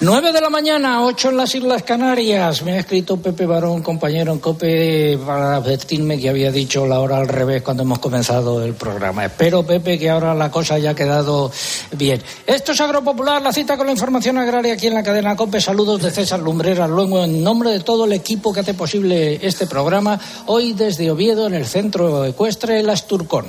9 de la mañana, 8 en las Islas Canarias. Me ha escrito Pepe Barón, compañero en COPE, para advertirme que había dicho la hora al revés cuando hemos comenzado el programa. Espero, Pepe, que ahora la cosa haya quedado bien. Esto es Agropopular, la cita con la información agraria aquí en la cadena COPE. Saludos de César Lumbreras Luengo, en nombre de todo el equipo que hace posible este programa. Hoy desde Oviedo, en el centro ecuestre El Asturcón.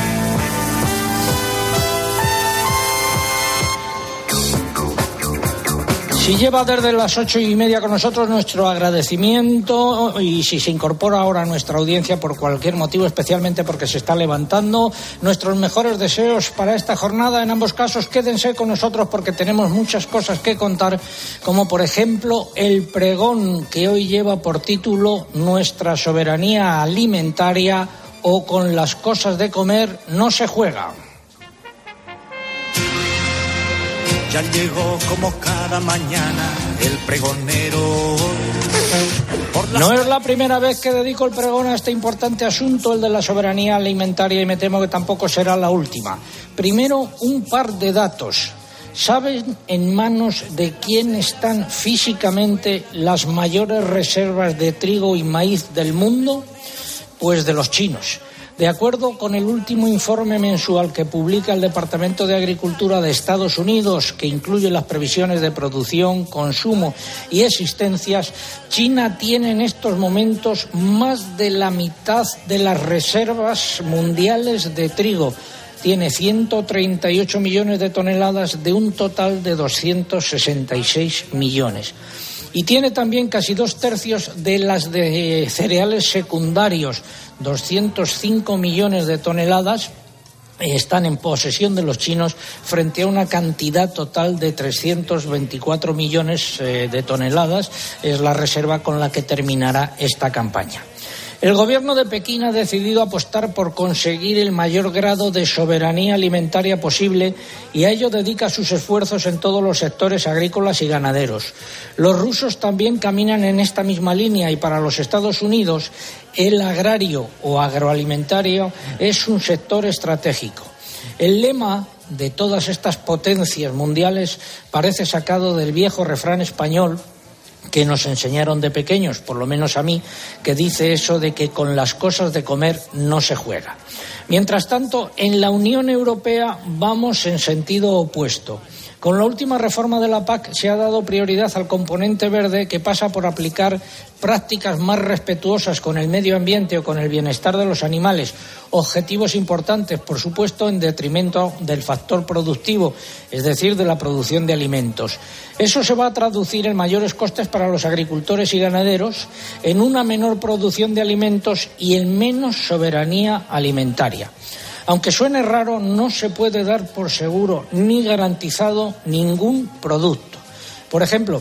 Si lleva desde las 8:30 con nosotros, nuestro agradecimiento, y si se incorpora ahora a nuestra audiencia por cualquier motivo, especialmente porque se está levantando, nuestros mejores deseos para esta jornada. En ambos casos, quédense con nosotros porque tenemos muchas cosas que contar, como por ejemplo el pregón que hoy lleva por título Nuestra soberanía alimentaria, o Con las cosas de comer no se juega. Ya llegó como cada mañana el pregonero. No es la primera vez que dedico el pregón a este importante asunto, el de la soberanía alimentaria, y me temo que tampoco será la última. Primero, un par de datos. ¿Saben en manos de quién están físicamente las mayores reservas de trigo y maíz del mundo? Pues de los chinos. De acuerdo con el último informe mensual que publica el Departamento de Agricultura de Estados Unidos, que incluye las previsiones de producción, consumo y existencias, China tiene en estos momentos más de la mitad de las reservas mundiales de trigo. Tiene 138 millones de toneladas de un total de 266 millones. Y tiene también casi 2/3 de las de cereales secundarios, 205 millones de toneladas, están en posesión de los chinos frente a una cantidad total de 324 millones de toneladas. Es la reserva con la que terminará esta campaña. El gobierno de Pekín ha decidido apostar por conseguir el mayor grado de soberanía alimentaria posible, y a ello dedica sus esfuerzos en todos los sectores agrícolas y ganaderos. Los rusos también caminan en esta misma línea, y para los Estados Unidos el agrario o agroalimentario es un sector estratégico. El lema de todas estas potencias mundiales parece sacado del viejo refrán español que nos enseñaron de pequeños, por lo menos a mí, que dice eso de que con las cosas de comer no se juega. Mientras tanto, en la Unión Europea vamos en sentido opuesto. Con la última reforma de la PAC se ha dado prioridad al componente verde, que pasa por aplicar prácticas más respetuosas con el medio ambiente o con el bienestar de los animales, objetivos importantes, por supuesto, en detrimento del factor productivo, es decir, de la producción de alimentos. Eso se va a traducir en mayores costes para los agricultores y ganaderos, en una menor producción de alimentos y en menos soberanía alimentaria. Aunque suene raro, no se puede dar por seguro ni garantizado ningún producto. Por ejemplo,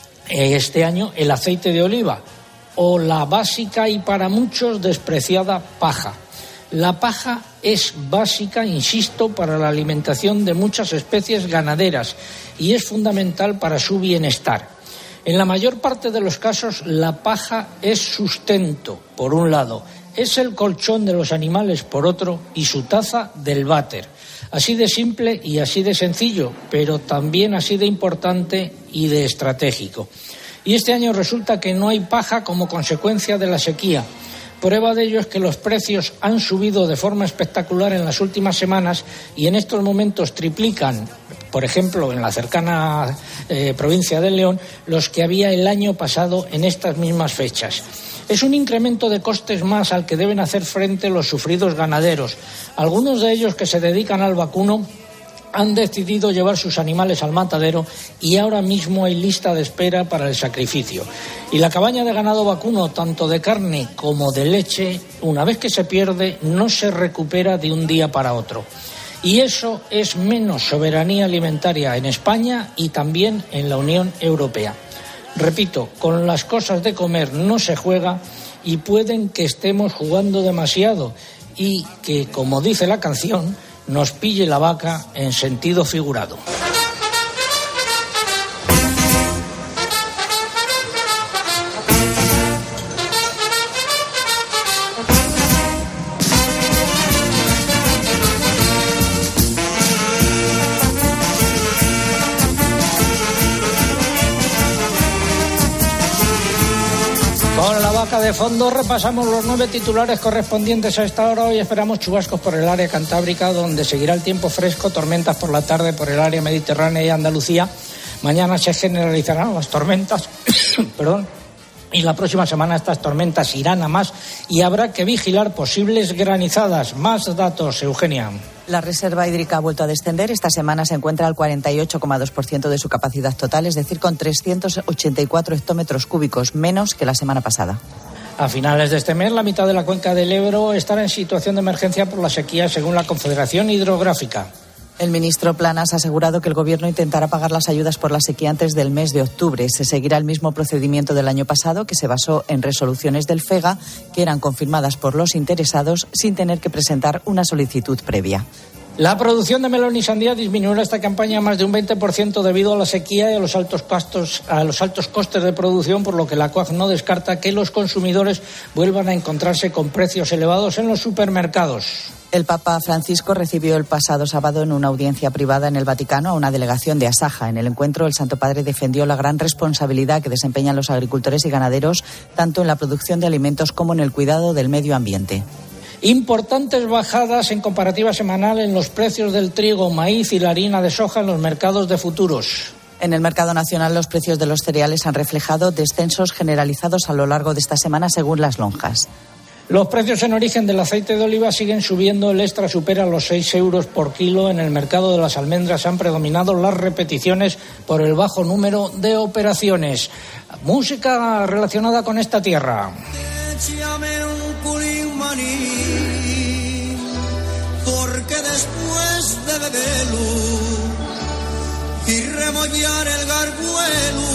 este año el aceite de oliva o la básica y para muchos despreciada paja. La paja es básica, insisto, para la alimentación de muchas especies ganaderas y es fundamental para su bienestar. En la mayor parte de los casos, la paja es sustento, por un lado, es el colchón de los animales, por otro, y su taza del váter. Así de simple y así de sencillo, pero también así de importante y de estratégico. Y este año resulta que no hay paja como consecuencia de la sequía. Prueba de ello es que los precios han subido de forma espectacular en las últimas semanas y en estos momentos triplican, por ejemplo, en la cercana provincia de León, los que había el año pasado en estas mismas fechas. Es un incremento de costes más al que deben hacer frente los sufridos ganaderos. Algunos de ellos que se dedican al vacuno han decidido llevar sus animales al matadero y ahora mismo hay lista de espera para el sacrificio. Y la cabaña de ganado vacuno, tanto de carne como de leche, una vez que se pierde, no se recupera de un día para otro. Y eso es menos soberanía alimentaria en España y también en la Unión Europea. Repito, con las cosas de comer no se juega y pueden que estemos jugando demasiado y que, como dice la canción, nos pille la vaca en sentido figurado. Con la vaca de fondo repasamos los 9 titulares correspondientes a esta hora. Hoy esperamos chubascos por el área cantábrica, donde seguirá el tiempo fresco, tormentas por la tarde por el área mediterránea y Andalucía. Mañana se generalizarán las tormentas, y la próxima semana estas tormentas irán a más y habrá que vigilar posibles granizadas. Más datos, Eugenia. La reserva hídrica ha vuelto a descender. Esta semana se encuentra al 48,2% de su capacidad total, es decir, con 384 hectómetros cúbicos menos que la semana pasada. A finales de este mes, la mitad de la cuenca del Ebro estará en situación de emergencia por la sequía, según la Confederación Hidrográfica. El ministro Planas ha asegurado que el Gobierno intentará pagar las ayudas por la sequía antes del mes de octubre. Se seguirá el mismo procedimiento del año pasado, que se basó en resoluciones del FEGA, que eran confirmadas por los interesados sin tener que presentar una solicitud previa. La producción de melón y sandía disminuirá esta campaña más de un 20% debido a la sequía y a los altos costes de producción, por lo que la COAG no descarta que los consumidores vuelvan a encontrarse con precios elevados en los supermercados. El Papa Francisco recibió el pasado sábado en una audiencia privada en el Vaticano a una delegación de Asaja. En el encuentro, el Santo Padre defendió la gran responsabilidad que desempeñan los agricultores y ganaderos, tanto en la producción de alimentos como en el cuidado del medio ambiente. Importantes bajadas en comparativa semanal en los precios del trigo, maíz y la harina de soja en los mercados de futuros. En el mercado nacional, los precios de los cereales han reflejado descensos generalizados a lo largo de esta semana, según las lonjas. Los precios en origen del aceite de oliva siguen subiendo. El extra supera los 6 euros por kilo. En el mercado de las almendras han predominado las repeticiones por el bajo número de operaciones. Música relacionada con esta tierra. Échame un culín maní, porque después de beberlo y remollar el garguelo,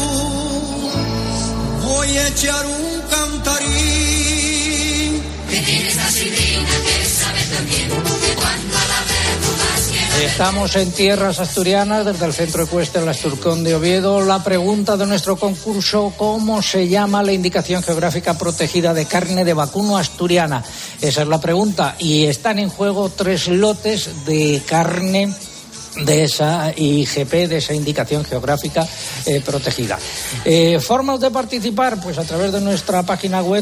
voy a echar un cantarín. Estamos en tierras asturianas, desde el Centro Ecuestre Las Turcón de Oviedo. La pregunta de nuestro concurso: ¿cómo se llama la indicación geográfica protegida de carne de vacuno asturiana? Esa es la pregunta, y están en juego 3 lotes de carne de esa IGP, de esa indicación geográfica protegida. Formas de participar, pues a través de nuestra página web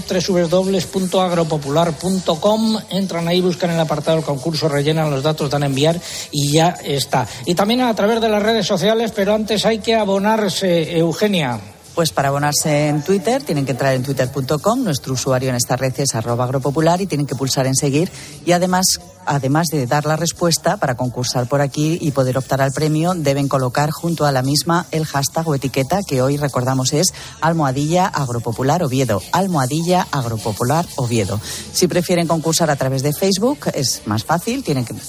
www.agropopular.com. Entran ahí, buscan el apartado del concurso, rellenan los datos, dan a enviar y ya está. Y también a través de las redes sociales, pero antes hay que abonarse, Eugenia. Pues para abonarse en Twitter tienen que entrar en twitter.com, nuestro usuario en esta red es @agropopular, y tienen que pulsar en seguir, y además de dar la respuesta para concursar por aquí y poder optar al premio, deben colocar junto a la misma el hashtag o etiqueta, que hoy recordamos es @agropopular-oviedo, @agropopular-oviedo. Si prefieren concursar a través de Facebook es más fácil, tienen que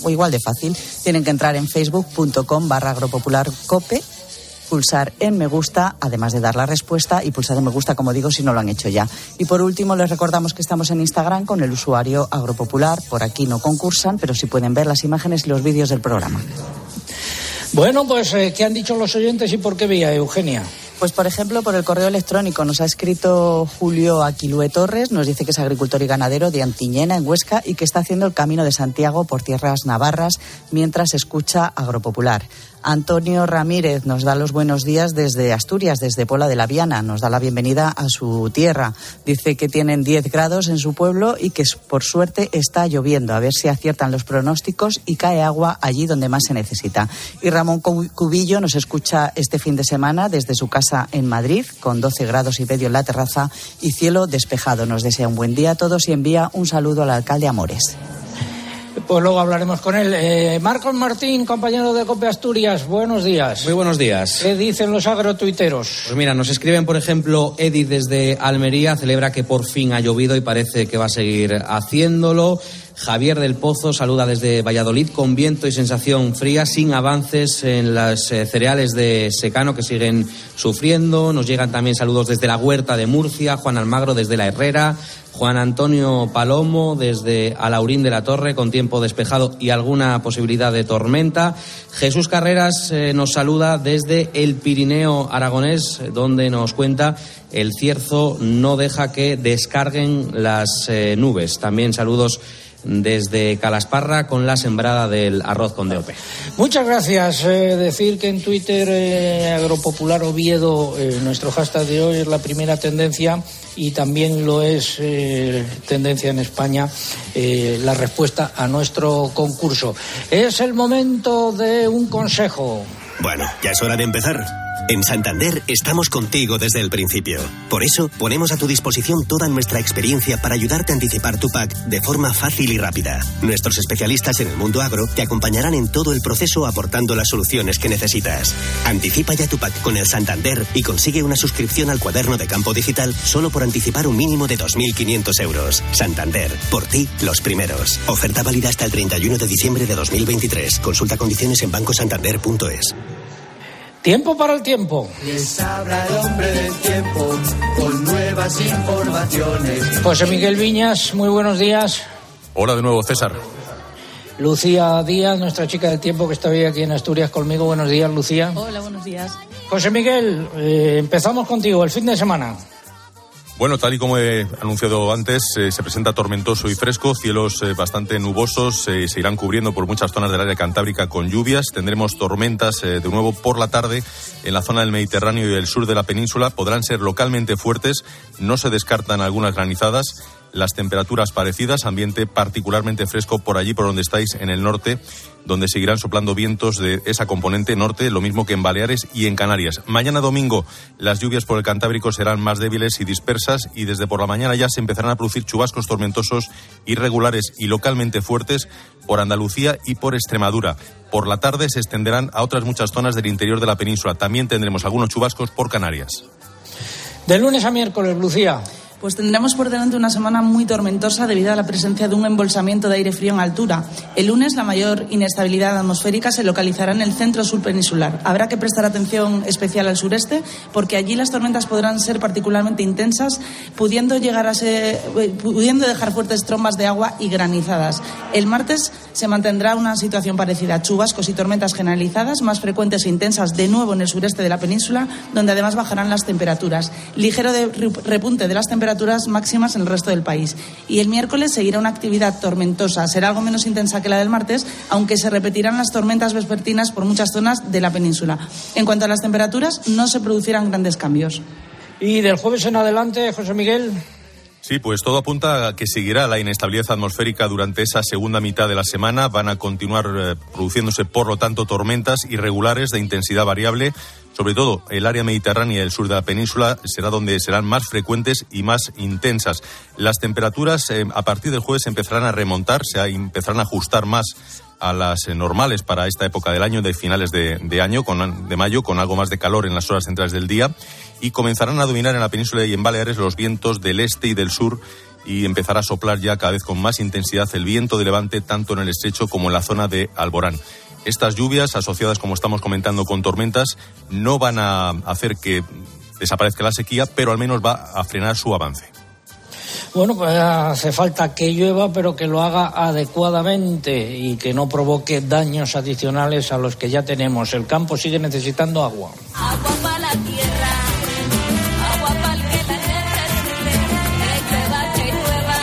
entrar en facebook.com/agropopularcope, pulsar en me gusta, además de dar la respuesta, y pulsar en me gusta, como digo, si no lo han hecho ya. Y por último, les recordamos que estamos en Instagram con el usuario Agropopular. Por aquí no concursan, pero sí pueden ver las imágenes y los vídeos del programa. Bueno, pues, ¿qué han dicho los oyentes y por qué vía, Eugenia? Pues, por ejemplo, por el correo electrónico nos ha escrito Julio Aquilue Torres, nos dice que es agricultor y ganadero de Antiñena, en Huesca, y que está haciendo el Camino de Santiago por tierras navarras mientras escucha Agropopular. Antonio Ramírez nos da los buenos días desde Asturias, desde Pola de la Viana, nos da la bienvenida a su tierra. Dice que tienen 10 grados en su pueblo y que por suerte está lloviendo, a ver si aciertan los pronósticos y cae agua allí donde más se necesita. Y Ramón Cubillo nos escucha este fin de semana desde su casa en Madrid, con 12 grados y medio en la terraza y cielo despejado. Nos desea un buen día a todos y envía un saludo al alcalde Amores. Pues luego hablaremos con él. Marcos Martín, compañero de COPE Asturias, buenos días. Muy buenos días. ¿Qué dicen los agrotuiteros? Pues mira, nos escriben, por ejemplo, Edith desde Almería, celebra que por fin ha llovido y parece que va a seguir haciéndolo. Javier del Pozo saluda desde Valladolid, con viento y sensación fría, sin avances en las cereales de secano que siguen sufriendo. Nos llegan también saludos desde la Huerta de Murcia, Juan Almagro desde La Herrera, Juan Antonio Palomo desde Alaurín de la Torre, con tiempo despejado y alguna posibilidad de tormenta. Jesús Carreras nos saluda desde el Pirineo aragonés, donde nos cuenta el cierzo no deja que descarguen las nubes. También saludos desde Calasparra con la sembrada del arroz con DOP. Muchas gracias. Decir que en Twitter Agropopular Oviedo, nuestro hashtag de hoy es la primera tendencia, y también lo es tendencia en España la respuesta a nuestro concurso. Es el momento de un consejo. Bueno, ya es hora de empezar. En Santander estamos contigo desde el principio. Por eso, ponemos a tu disposición toda nuestra experiencia para ayudarte a anticipar tu PAC de forma fácil y rápida. Nuestros especialistas en el mundo agro te acompañarán en todo el proceso aportando las soluciones que necesitas. Anticipa ya tu PAC con el Santander y consigue una suscripción al cuaderno de campo digital solo por anticipar un mínimo de 2.500 euros. Santander, por ti, los primeros. Oferta válida hasta el 31 de diciembre de 2023. Consulta condiciones en bancosantander.es. Tiempo para el tiempo. Les habla el hombre del tiempo con nuevas informaciones. José Miguel Viñas, muy buenos días. Hola de nuevo, César. Lucía Díaz, nuestra chica del tiempo que está hoy aquí en Asturias conmigo. Buenos días, Lucía. Hola, buenos días. José Miguel, empezamos contigo, el fin de semana. Bueno, tal y como he anunciado antes, se presenta tormentoso y fresco, cielos bastante nubosos, se irán cubriendo por muchas zonas del área cantábrica con lluvias. Tendremos tormentas de nuevo por la tarde en la zona del Mediterráneo y el sur de la península. Podrán ser localmente fuertes, no se descartan algunas granizadas. Las temperaturas parecidas, ambiente particularmente fresco por allí, por donde estáis, en el norte, donde seguirán soplando vientos de esa componente norte, lo mismo que en Baleares y en Canarias. Mañana domingo las lluvias por el Cantábrico serán más débiles y dispersas, y desde por la mañana ya se empezarán a producir chubascos tormentosos irregulares y localmente fuertes por Andalucía y por Extremadura. Por la tarde se extenderán a otras muchas zonas del interior de la península. También tendremos algunos chubascos por Canarias. De lunes a miércoles, Lucía. Pues tendremos por delante una semana muy tormentosa debido a la presencia de un embolsamiento de aire frío en altura. El lunes la mayor inestabilidad atmosférica se localizará en el centro-sur peninsular. Habrá que prestar atención especial al sureste porque allí las tormentas podrán ser particularmente intensas, pudiendo dejar fuertes trombas de agua y granizadas. El martes se mantendrá una situación parecida, chubascos y tormentas generalizadas más frecuentes e intensas de nuevo en el sureste de la península, donde además bajarán las temperaturas. Ligero repunte de las temperaturas máximas en el resto del país. Y el miércoles seguirá una actividad tormentosa. Será algo menos intensa que la del martes, aunque se repetirán las tormentas vespertinas por muchas zonas de la península. En cuanto a las temperaturas, no se producirán grandes cambios. ¿Y del jueves en adelante, José Miguel? Sí, pues todo apunta a que seguirá la inestabilidad atmosférica durante esa segunda mitad de la semana. Van a continuar produciéndose, por lo tanto, tormentas irregulares de intensidad variable. Sobre todo, el área mediterránea y el sur de la península será donde serán más frecuentes y más intensas. Las temperaturas a partir del jueves empezarán a remontar, se empezarán a ajustar más a las normales para esta época del año, de finales de mayo, con algo más de calor en las horas centrales del día, y comenzarán a dominar en la península y en Baleares los vientos del este y del sur, y empezará a soplar ya cada vez con más intensidad el viento de levante tanto en el estrecho como en la zona de Alborán. Estas lluvias, asociadas, como estamos comentando, con tormentas, no van a hacer que desaparezca la sequía, pero al menos va a frenar su avance. Bueno, pues hace falta que llueva, pero que lo haga adecuadamente y que no provoque daños adicionales a los que ya tenemos. El campo sigue necesitando agua. Agua para la tierra, agua para el que la necesite, que llueva.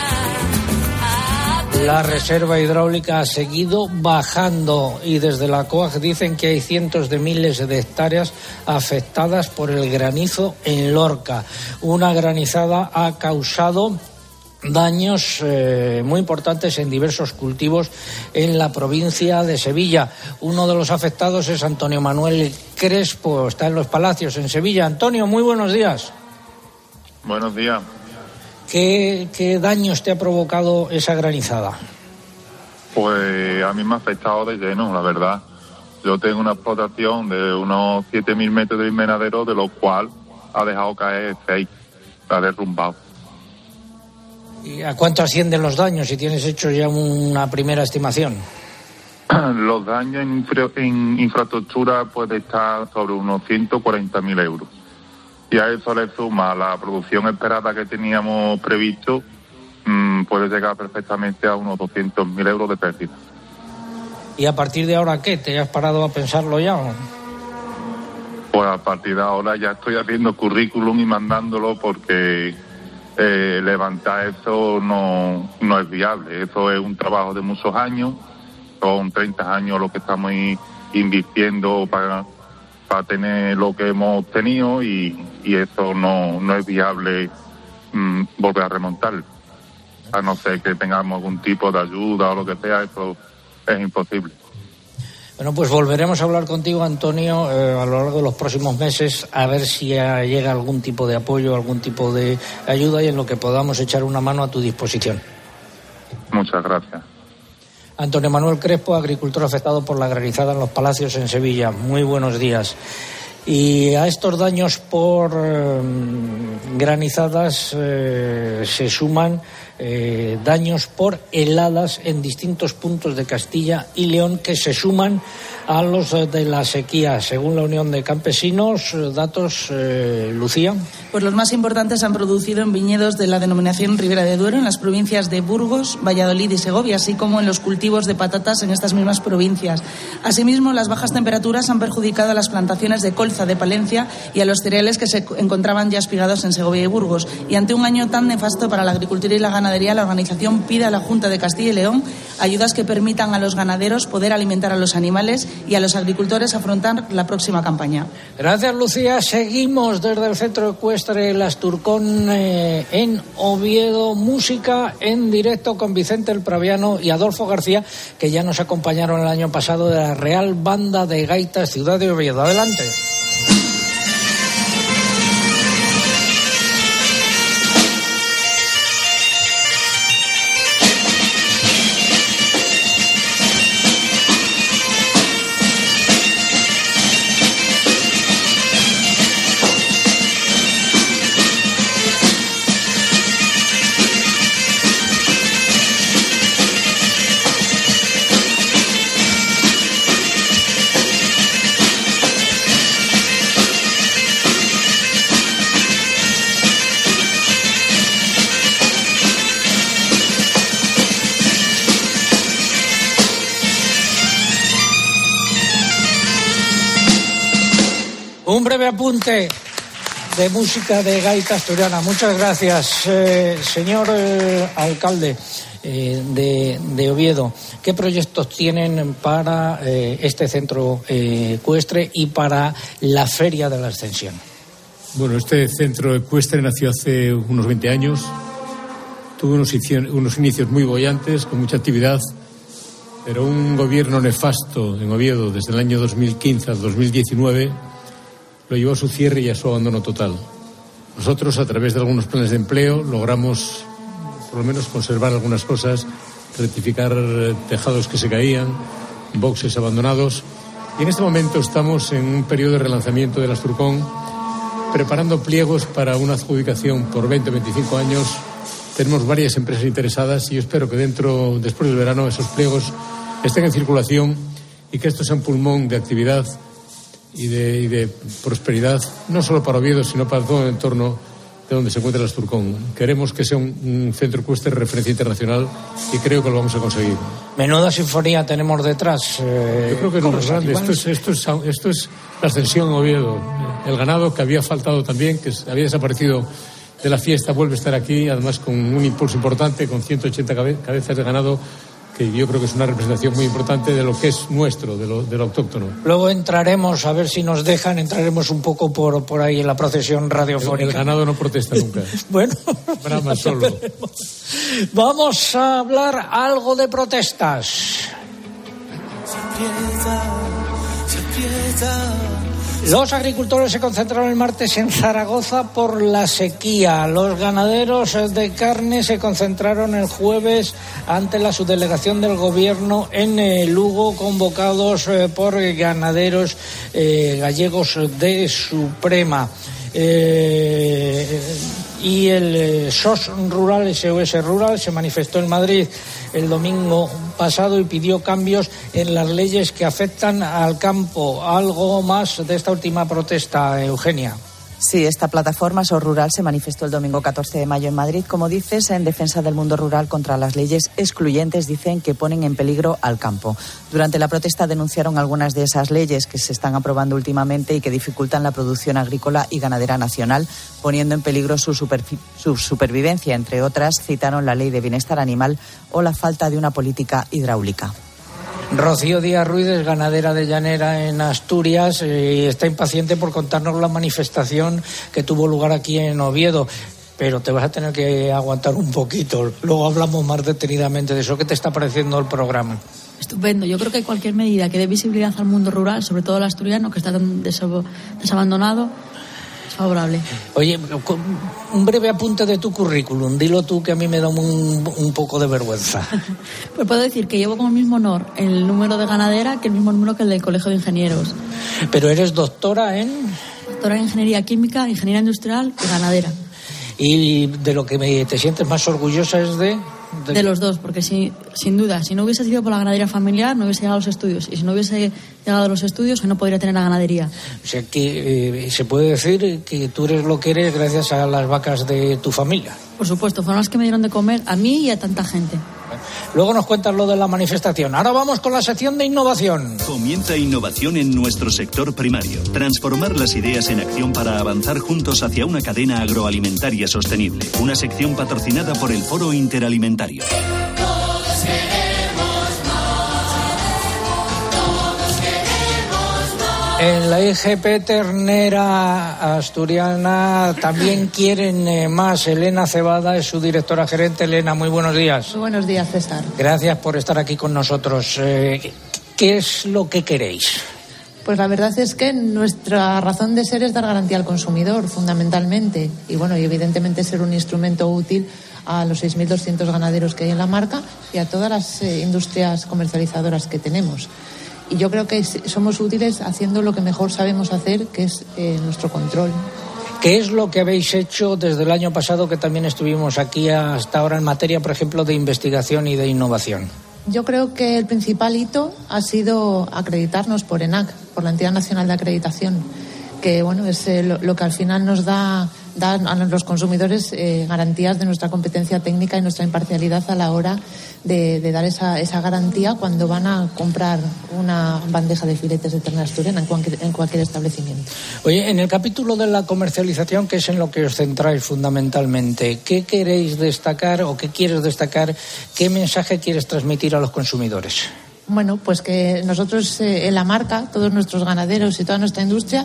La reserva hidráulica ha seguido bajando y desde la COAG dicen que hay cientos de miles de hectáreas afectadas por el granizo en Lorca. Una granizada ha causado daños muy importantes en diversos cultivos en la provincia de Sevilla. Uno de los afectados es Antonio Manuel Crespo, está en Los Palacios, en Sevilla. Antonio, muy buenos días. Buenos días. ¿Qué daños te ha provocado esa granizada? Pues a mí me ha afectado de lleno, la verdad. Yo tengo una explotación de unos 7.000 metros de invernadero, de lo cual ha dejado caer 6, ha derrumbado. ¿Y a cuánto ascienden los daños, si tienes hecho ya una primera estimación? Los daños en infraestructura puede estar sobre unos 140.000 euros. Y a eso le suma la producción esperada que teníamos previsto, puede llegar perfectamente a unos 200.000 euros de pérdida. ¿Y a partir de ahora qué? ¿Te has parado a pensarlo ya o no? Pues a partir de ahora ya estoy haciendo currículum y mandándolo porque levantar eso no es viable. Eso es un trabajo de muchos años, son 30 años lo que estamos invirtiendo para tener lo que hemos tenido y eso no es viable volver a remontar. A no ser que tengamos algún tipo de ayuda o lo que sea, eso es imposible. Bueno, pues volveremos a hablar contigo, Antonio, a lo largo de los próximos meses, a ver si llega algún tipo de apoyo, algún tipo de ayuda y en lo que podamos echar una mano a tu disposición. Muchas gracias. Antonio Manuel Crespo, agricultor afectado por la granizada en Los Palacios, en Sevilla. Muy buenos días. Y a estos daños por granizadas se suman daños por heladas en distintos puntos de Castilla y León, que se suman a los de la sequía. Según la Unión de Campesinos, datos, Lucía. Pues los más importantes se han producido en viñedos de la denominación Ribera de Duero, en las provincias de Burgos, Valladolid y Segovia, así como en los cultivos de patatas en estas mismas provincias. Asimismo, las bajas temperaturas han perjudicado a las plantaciones de colza de Palencia y a los cereales que se encontraban ya espigados en Segovia y Burgos. Y ante un año tan nefasto para la agricultura y la ganadería, la organización pide a la Junta de Castilla y León ayudas que permitan a los ganaderos poder alimentar a los animales y a los agricultores afrontar la próxima campaña. Gracias, Lucía. Seguimos desde el Centro Ecuestre Las Turcón en Oviedo. Música en directo con Vicente el Praviano y Adolfo García, que ya nos acompañaron el año pasado, de la Real Banda de Gaitas Ciudad de Oviedo. Adelante. Un breve apunte de música de gaita asturiana. Muchas gracias, señor alcalde de Oviedo. ¿Qué proyectos tienen para este centro ecuestre y para la Feria de la Ascensión? Bueno, este centro ecuestre nació hace unos 20 años. Tuvo unos inicios muy bollantes, con mucha actividad, pero un gobierno nefasto en Oviedo desde el año 2015 al 2019 lo llevó a su cierre y a su abandono total. Nosotros, a través de algunos planes de empleo, logramos por lo menos conservar algunas cosas, rectificar tejados que se caían, boxes abandonados. Y en este momento estamos en un periodo de relanzamiento de Las Turcón, preparando pliegos para una adjudicación por 20 o 25 años. Tenemos varias empresas interesadas y yo espero que después del verano, esos pliegos estén en circulación y que esto sea un pulmón de actividad y de prosperidad, no solo para Oviedo, sino para todo el entorno de donde se encuentra Las Turcón. Queremos que sea un centro ecuestre de referencia internacional y creo que lo vamos a conseguir. Menuda sinfonía tenemos detrás. Yo creo que no es grande. Esto es la Ascensión en Oviedo. El ganado que había faltado también, que había desaparecido de la fiesta, vuelve a estar aquí, además con un impulso importante, con 180 cabezas de ganado, que yo creo que es una representación muy importante de lo que es nuestro, de lo autóctono. Luego entraremos, a ver si nos dejan, entraremos un poco por ahí en la procesión radiofónica. El ganado no protesta nunca. Bueno, brama solo. Vamos a hablar algo de protestas. Se aprieta. Los agricultores se concentraron el martes en Zaragoza por la sequía. Los ganaderos de carne se concentraron el jueves ante la subdelegación del gobierno en Lugo, convocados por ganaderos gallegos de Suprema. Y el SOS Rural, SOS Rural, se manifestó en Madrid el domingo pasado y pidió cambios en las leyes que afectan al campo. Algo más de esta última protesta, Eugenia. Sí, esta plataforma SOS Rural se manifestó el domingo 14 de mayo en Madrid, como dices, en defensa del mundo rural contra las leyes excluyentes, dicen, que ponen en peligro al campo. Durante la protesta denunciaron algunas de esas leyes que se están aprobando últimamente y que dificultan la producción agrícola y ganadera nacional, poniendo en peligro su supervivencia. Entre otras, citaron la Ley de Bienestar Animal o la falta de una política hidráulica. Rocío Díaz Ruiz es ganadera de Llanera en Asturias y está impaciente por contarnos la manifestación que tuvo lugar aquí en Oviedo. Pero te vas a tener que aguantar un poquito. Luego hablamos más detenidamente de eso. ¿Qué te está pareciendo el programa? Estupendo. Yo creo que cualquier medida que dé visibilidad al mundo rural, sobre todo al asturiano, que está tan desabandonado, es favorable. Oye, un breve apunte de tu currículum. Dilo tú, que a mí me da un poco de vergüenza. Pues puedo decir que llevo con el mismo honor el número de ganadera que el mismo número que el del Colegio de Ingenieros. Pero eres doctora en... Doctora en Ingeniería Química, Ingeniería Industrial y Ganadera. Y de lo que te sientes más orgullosa es de los dos, porque sin duda, si no hubiese sido por la ganadería familiar, no hubiese llegado a los estudios. Y si no hubiese llegado a los estudios, no podría tener la ganadería. O sea que se puede decir que tú eres lo que eres gracias a las vacas de tu familia. Por supuesto, fueron las que me dieron de comer a mí y a tanta gente. Luego nos cuentas lo de la manifestación. Ahora vamos con la sección de innovación. Comienza innovación en nuestro sector primario. Transformar las ideas en acción para avanzar juntos hacia una cadena agroalimentaria sostenible. Una sección patrocinada por el Foro Interalimentario. En la IGP ternera asturiana también quieren más. Elena Cebada es su directora gerente. Elena, muy buenos días. Muy buenos días, César. Gracias por estar aquí con nosotros. ¿Qué es lo que queréis? Pues la verdad es que nuestra razón de ser es dar garantía al consumidor, fundamentalmente. Y bueno, y evidentemente ser un instrumento útil a los 6.200 ganaderos que hay en la marca y a todas las industrias comercializadoras que tenemos. Y yo creo que somos útiles haciendo lo que mejor sabemos hacer, que es nuestro control. ¿Qué es lo que habéis hecho desde el año pasado, que también estuvimos aquí, hasta ahora en materia, por ejemplo, de investigación y de innovación? Yo creo que el principal hito ha sido acreditarnos por ENAC, por la Entidad Nacional de Acreditación, que bueno, es lo que al final nos da a los consumidores garantías de nuestra competencia técnica y nuestra imparcialidad a la hora de dar esa garantía cuando van a comprar una bandeja de filetes de ternera asturiana en cualquier establecimiento. Oye, en el capítulo de la comercialización, que es en lo que os centráis fundamentalmente, ¿qué queréis destacar o qué quieres destacar? ¿Qué mensaje quieres transmitir a los consumidores? Bueno, pues que nosotros en la marca, todos nuestros ganaderos y toda nuestra industria,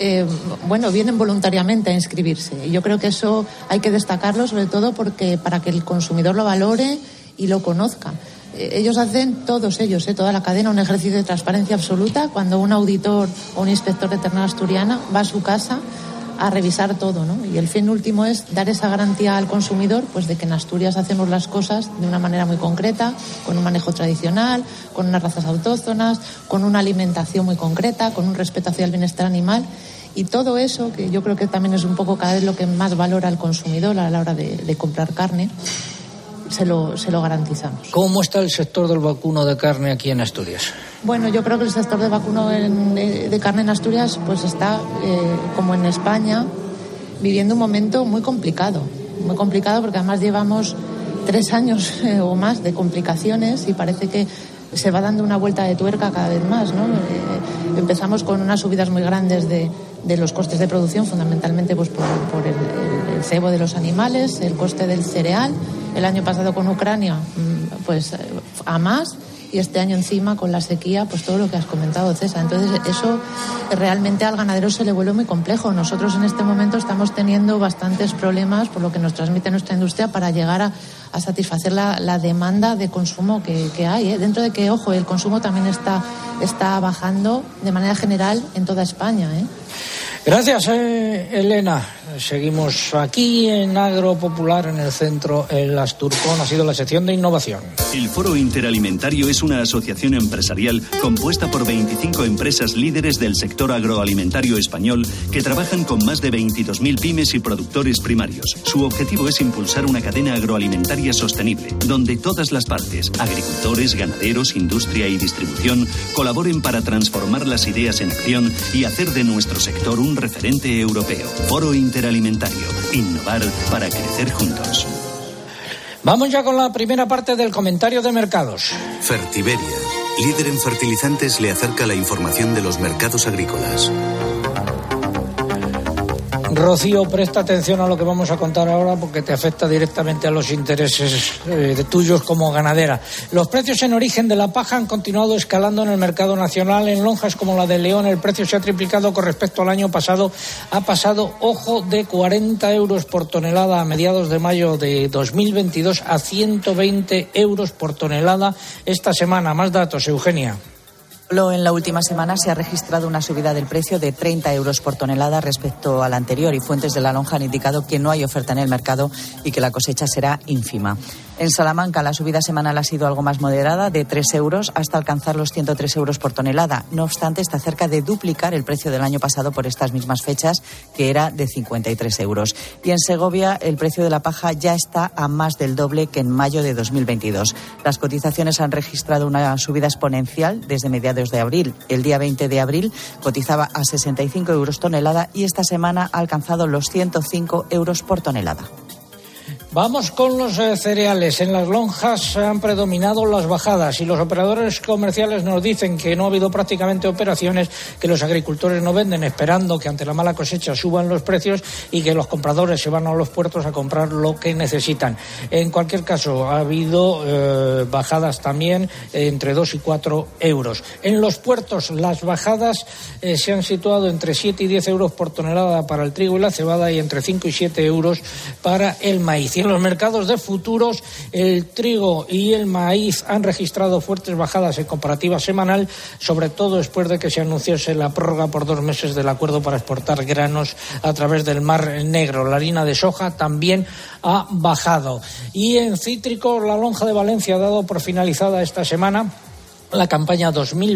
vienen voluntariamente a inscribirse. Y yo creo que eso hay que destacarlo, sobre todo porque para que el consumidor lo valore y lo conozca. Ellos hacen, todos ellos, toda la cadena, un ejercicio de transparencia absoluta cuando un auditor o un inspector de ternera asturiana va a su casa a revisar todo, ¿no? Y el fin último es dar esa garantía al consumidor, pues de que en Asturias hacemos las cosas de una manera muy concreta, con un manejo tradicional, con unas razas autóctonas, con una alimentación muy concreta, con un respeto hacia el bienestar animal. Y todo eso, que yo creo que también es un poco cada vez lo que más valora el consumidor a la hora de comprar carne, se lo garantizamos. ¿Cómo está el sector del vacuno de carne aquí en Asturias? Bueno, yo creo que el sector de vacuno de carne en Asturias pues está, como en España, viviendo un momento muy complicado porque además llevamos 3 años o más de complicaciones y parece que se va dando una vuelta de tuerca cada vez más, ¿no? Empezamos con unas subidas muy grandes de los costes de producción, fundamentalmente pues por el cebo de los animales, el coste del cereal. El año pasado con Ucrania, pues a más, y este año encima con la sequía, pues todo lo que has comentado, César. Entonces eso realmente al ganadero se le vuelve muy complejo. Nosotros en este momento estamos teniendo bastantes problemas, por lo que nos transmite nuestra industria, para llegar a satisfacer la demanda de consumo que hay, dentro de que, ojo, el consumo también está bajando de manera general en toda España. Gracias, Elena. Seguimos aquí en Agropopular, en el centro, el Asturcón. Ha sido la sección de innovación. El Foro Interalimentario es una asociación empresarial compuesta por 25 empresas líderes del sector agroalimentario español que trabajan con más de 22.000 pymes y productores primarios. Su objetivo es impulsar una cadena agroalimentaria sostenible, donde todas las partes, agricultores, ganaderos, industria y distribución, colaboren para transformar las ideas en acción y hacer de nuestro sector un referente europeo. Foro Interalimentario. Innovar para crecer juntos. Vamos ya con la primera parte del comentario de mercados. Fertiberia, líder en fertilizantes, le acerca la información de los mercados agrícolas. Rocío, presta atención a lo que vamos a contar ahora porque te afecta directamente a los intereses de tuyos como ganadera. Los precios en origen de la paja han continuado escalando en el mercado nacional. En lonjas como la de León el precio se ha triplicado con respecto al año pasado. Ha pasado, ojo, de 40 euros por tonelada a mediados de mayo de 2022 a 120 euros por tonelada esta semana. Más datos, Eugenia. Solo en la última semana se ha registrado una subida del precio de 30 euros por tonelada respecto al anterior y fuentes de la lonja han indicado que no hay oferta en el mercado y que la cosecha será ínfima. En Salamanca la subida semanal ha sido algo más moderada, de 3 euros hasta alcanzar los 103 euros por tonelada. No obstante, está cerca de duplicar el precio del año pasado por estas mismas fechas, que era de 53 euros. Y en Segovia el precio de la paja ya está a más del doble que en mayo de 2022. Las cotizaciones han registrado una subida exponencial desde mediados de abril. El día 20 de abril cotizaba a 65 euros tonelada y esta semana ha alcanzado los 105 euros por tonelada. Vamos con los cereales. En las lonjas han predominado las bajadas y los operadores comerciales nos dicen que no ha habido prácticamente operaciones, que los agricultores no venden esperando que ante la mala cosecha suban los precios y que los compradores se van a los puertos a comprar lo que necesitan. En cualquier caso, ha habido bajadas también entre 2 y 4 euros. En los puertos las bajadas se han situado entre 7 y 10 euros por tonelada para el trigo y la cebada y entre 5 y 7 euros para el maíz. En los mercados de futuros, el trigo y el maíz han registrado fuertes bajadas en comparativa semanal, sobre todo después de que se anunciase la prórroga por 2 meses del acuerdo para exportar granos a través del Mar Negro. La harina de soja también ha bajado. Y en cítricos, la lonja de Valencia ha dado por finalizada esta semana la campaña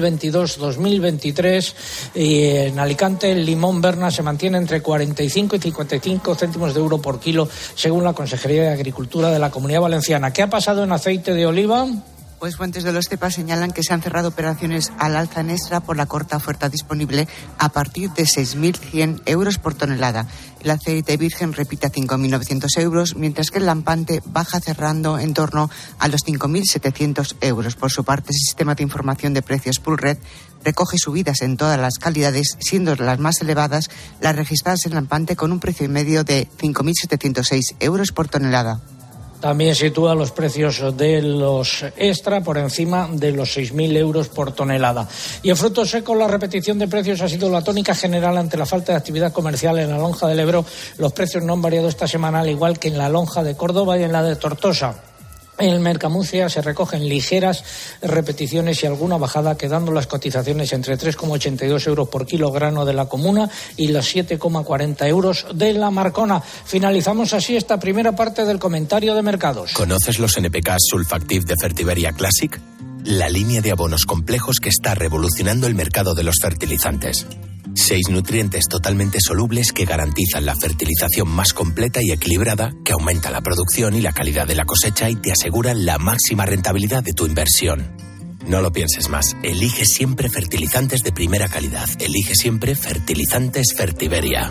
2022-2023 y en Alicante el limón Berna se mantiene entre 45 y 55 céntimos de euro por kilo según la Consejería de Agricultura de la Comunidad Valenciana. ¿Qué ha pasado en aceite de oliva? Pues fuentes de los CEPA señalan que se han cerrado operaciones al alza en extra por la corta oferta disponible a partir de 6.100 euros por tonelada. El aceite virgen repite a 5.900 euros, mientras que el lampante baja cerrando en torno a los 5.700 euros. Por su parte, el Sistema de Información de Precios Pulred recoge subidas en todas las calidades, siendo las más elevadas las registradas en lampante con un precio medio de 5.706 euros por tonelada. También sitúa los precios de los extra por encima de los 6.000 euros por tonelada. Y en frutos secos la repetición de precios ha sido la tónica general ante la falta de actividad comercial en la lonja del Ebro. Los precios no han variado esta semana, al igual que en la lonja de Córdoba y en la de Tortosa. En el Mercamuncia se recogen ligeras repeticiones y alguna bajada, quedando las cotizaciones entre 3,82 euros por kilogramo de la Comuna y los 7,40 euros de la Marcona. Finalizamos así esta primera parte del comentario de mercados. ¿Conoces los NPK Sulfactive de Fertiberia Classic? La línea de abonos complejos que está revolucionando el mercado de los fertilizantes. 6 nutrientes totalmente solubles que garantizan la fertilización más completa y equilibrada, que aumenta la producción y la calidad de la cosecha y te aseguran la máxima rentabilidad de tu inversión. No lo pienses más. Elige siempre fertilizantes de primera calidad. Elige siempre fertilizantes Fertiberia.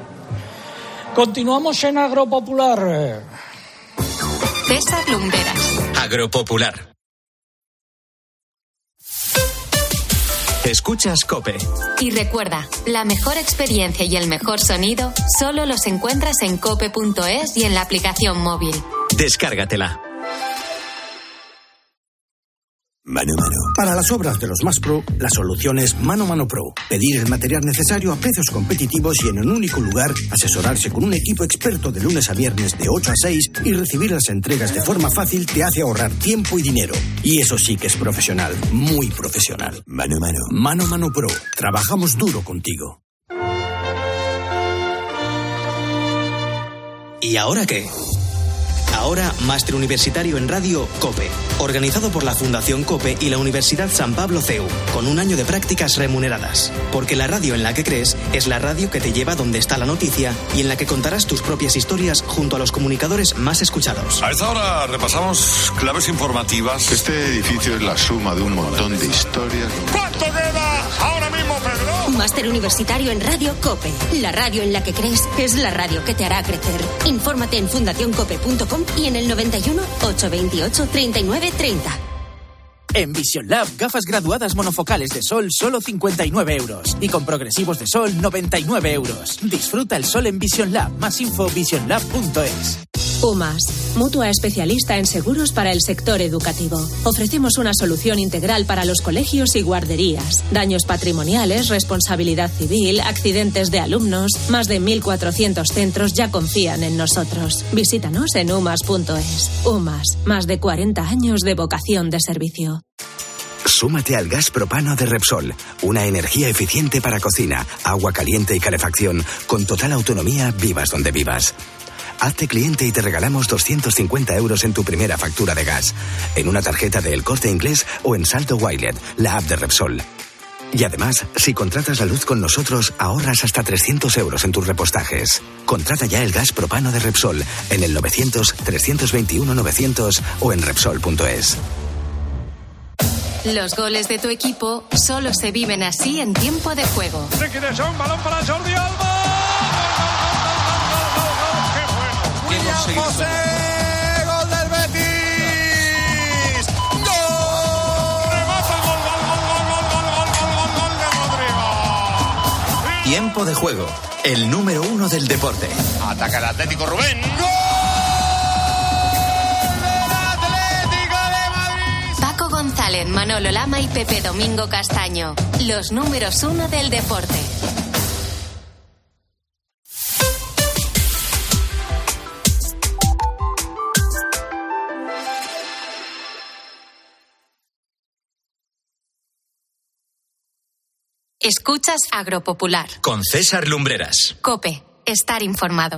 Continuamos en Agropopular. César Lumberas. Agropopular. Escuchas COPE. Y recuerda, la mejor experiencia y el mejor sonido solo los encuentras en cope.es y en la aplicación móvil. Descárgatela. Mano a Mano. Para las obras de los más pro, la solución es Mano a Mano Pro. Pedir el material necesario a precios competitivos y en un único lugar, asesorarse con un equipo experto de lunes a viernes de 8 a 6 y recibir las entregas de forma fácil te hace ahorrar tiempo y dinero. Y eso sí que es profesional, muy profesional. Mano a Mano. Mano a Mano Pro. Trabajamos duro contigo. ¿Y ahora qué? Ahora, Máster Universitario en Radio COPE, organizado por la Fundación COPE y la Universidad San Pablo CEU, con un año de prácticas remuneradas. Porque la radio en la que crees es la radio que te lleva donde está la noticia y en la que contarás tus propias historias junto a los comunicadores más escuchados. A esta hora repasamos claves informativas. Este edificio es la suma de un montón de historias. ¿Cuánto queda ahora mismo, Pedro? Máster Universitario en Radio COPE. La radio en la que crees es la radio que te hará crecer. Infórmate en fundacioncope.com y en el 91 828 39 30. En Vision Lab, gafas graduadas monofocales de sol, solo 59 euros. Y con progresivos de sol, 99 euros. Disfruta el sol en Vision Lab. Más info, visionlab.es. UMAS, mutua especialista en seguros para el sector educativo. Ofrecemos una solución integral para los colegios y guarderías. Daños patrimoniales, responsabilidad civil, accidentes de alumnos. Más de 1.400 centros ya confían en nosotros. Visítanos en umas.es. UMAS, más de 40 años de vocación de servicio. Súmate al gas propano de Repsol, una energía eficiente para cocina, agua caliente y calefacción, con total autonomía, vivas donde vivas. Hazte cliente y te regalamos 250 euros en tu primera factura de gas, en una tarjeta de El Corte Inglés o en Salto Wireless, la app de Repsol. Y además, si contratas la luz con nosotros, ahorras hasta 300 euros en tus repostajes. Contrata ya el gas propano de Repsol en el 900-321-900 o en Repsol.es. Los goles de tu equipo solo se viven así en tiempo de juego. Liquidación, balón para Jordi Alba. William José, gol del Betis. ¡Gol! Remata, gol de Rodrigo. Tiempo de juego, el número 1 del deporte. Ataca el Atlético, Rubén. ¡Gol! González, Manolo Lama y Pepe Domingo Castaño, los números 1 del deporte. Escuchas Agropopular. Con César Lumbreras. COPE, estar informado.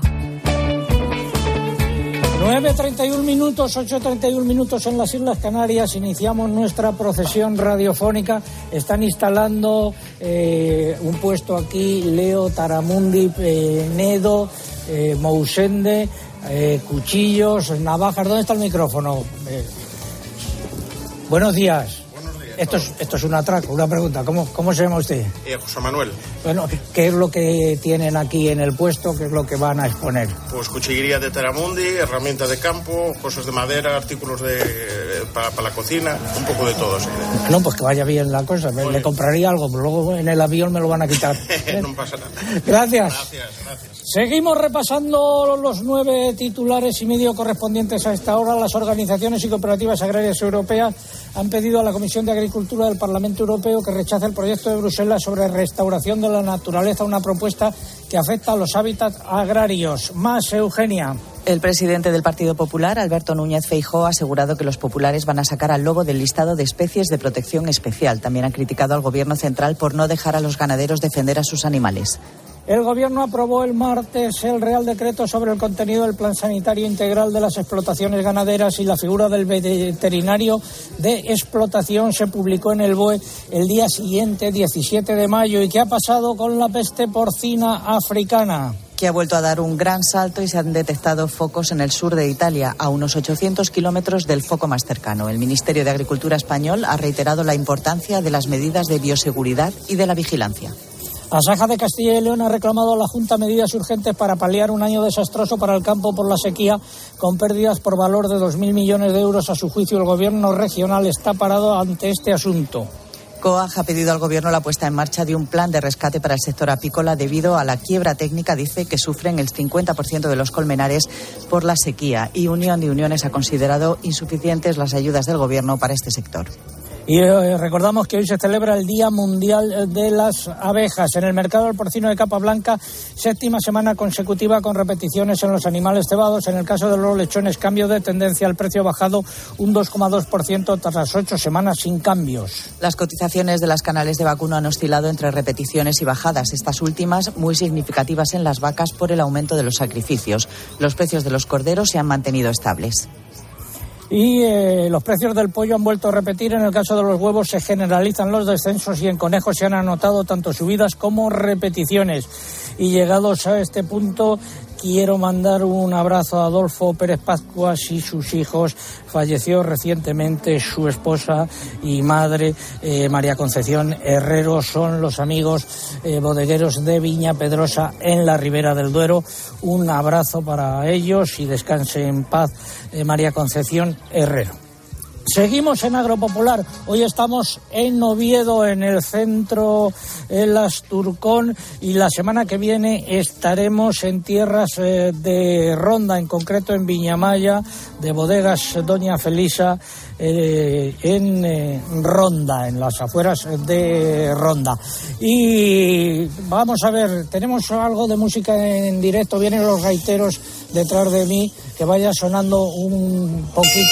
9:31 minutos, 8:31 minutos en las Islas Canarias. Iniciamos nuestra procesión radiofónica. Están instalando un puesto aquí, Leo, Taramundi, Nedo, Mousende, cuchillos, navajas. ¿Dónde está el micrófono? Buenos días. Esto es un atraco, una pregunta. ¿Cómo se llama usted? José Manuel. Bueno, ¿qué es lo que tienen aquí en el puesto? ¿Qué es lo que van a exponer? Pues cuchillería de Teramundi, herramientas de campo, cosas de madera, artículos para la cocina, un poco de todo. ¿Sí? No, pues que vaya bien la cosa. Le compraría algo, pero luego en el avión me lo van a quitar. No pasa nada. Gracias. Gracias. Seguimos repasando los 9 titulares y medio correspondientes a esta hora. Las organizaciones y cooperativas agrarias europeas han pedido a la Comisión de Agricultura del Parlamento Europeo que rechace el proyecto de Bruselas sobre restauración de la naturaleza, una propuesta que afecta a los hábitats agrarios. Más, Eugenia. El presidente del Partido Popular, Alberto Núñez Feijóo, ha asegurado que los populares van a sacar al lobo del listado de especies de protección especial. También han criticado al Gobierno central por no dejar a los ganaderos defender a sus animales. El Gobierno aprobó el martes el Real Decreto sobre el contenido del Plan Sanitario Integral de las explotaciones ganaderas y la figura del veterinario de explotación se publicó en el BOE el día siguiente, 17 de mayo. ¿Y qué ha pasado con la peste porcina africana? Que ha vuelto a dar un gran salto y se han detectado focos en el sur de Italia, a unos 800 kilómetros del foco más cercano. El Ministerio de Agricultura español ha reiterado la importancia de las medidas de bioseguridad y de la vigilancia. Asaja de Castilla y León ha reclamado a la Junta medidas urgentes para paliar un año desastroso para el campo por la sequía, con pérdidas por valor de 2.000 millones de euros. A su juicio, el Gobierno regional está parado ante este asunto. COAG ha pedido al Gobierno la puesta en marcha de un plan de rescate para el sector apícola debido a la quiebra técnica, dice, que sufren el 50% de los colmenares por la sequía, y Unión de Uniones ha considerado insuficientes las ayudas del Gobierno para este sector. Y recordamos que hoy se celebra el Día Mundial de las Abejas. En el mercado del porcino de capa blanca, 7ª semana consecutiva con repeticiones en los animales cebados. En el caso de los lechones, cambio de tendencia, el precio ha bajado un 2,2% tras 8 semanas sin cambios. Las cotizaciones de las canales de vacuno han oscilado entre repeticiones y bajadas, estas últimas muy significativas en las vacas por el aumento de los sacrificios. Los precios de los corderos se han mantenido estables. Y los precios del pollo han vuelto a repetir. En el caso de los huevos se generalizan los descensos y en conejos se han anotado tanto subidas como repeticiones. Y llegados a este punto, quiero mandar un abrazo a Adolfo Pérez Pascuas y sus hijos. Falleció recientemente su esposa y madre, María Concepción Herrero. Son los amigos bodegueros de Viña Pedrosa en la Ribera del Duero. Un abrazo para ellos y descanse en paz, María Concepción Herrero. Seguimos en Agropopular. Hoy estamos en Oviedo, en el centro, en Las Turcón, y la semana que viene estaremos en tierras de Ronda, en concreto en Viñamaya, de Bodegas Doña Felisa, en Ronda, en las afueras de Ronda. Y vamos a ver, tenemos algo de música en directo. Vienen los gaiteros detrás de mí, que vaya sonando un poquito.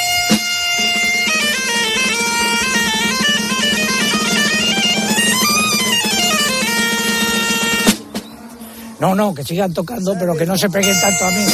No, que sigan tocando, pero que no se peguen tanto a mí.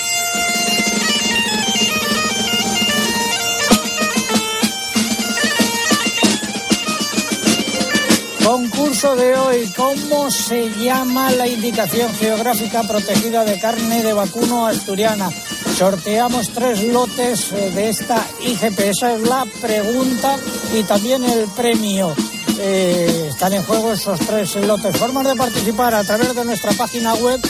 Concurso de hoy: ¿cómo se llama la indicación geográfica protegida de carne de vacuno asturiana? Sorteamos 3 lotes de esta IGP. Esa es la pregunta y también el premio. Están en juego esos 3 lotes. Formas de participar: a través de nuestra página web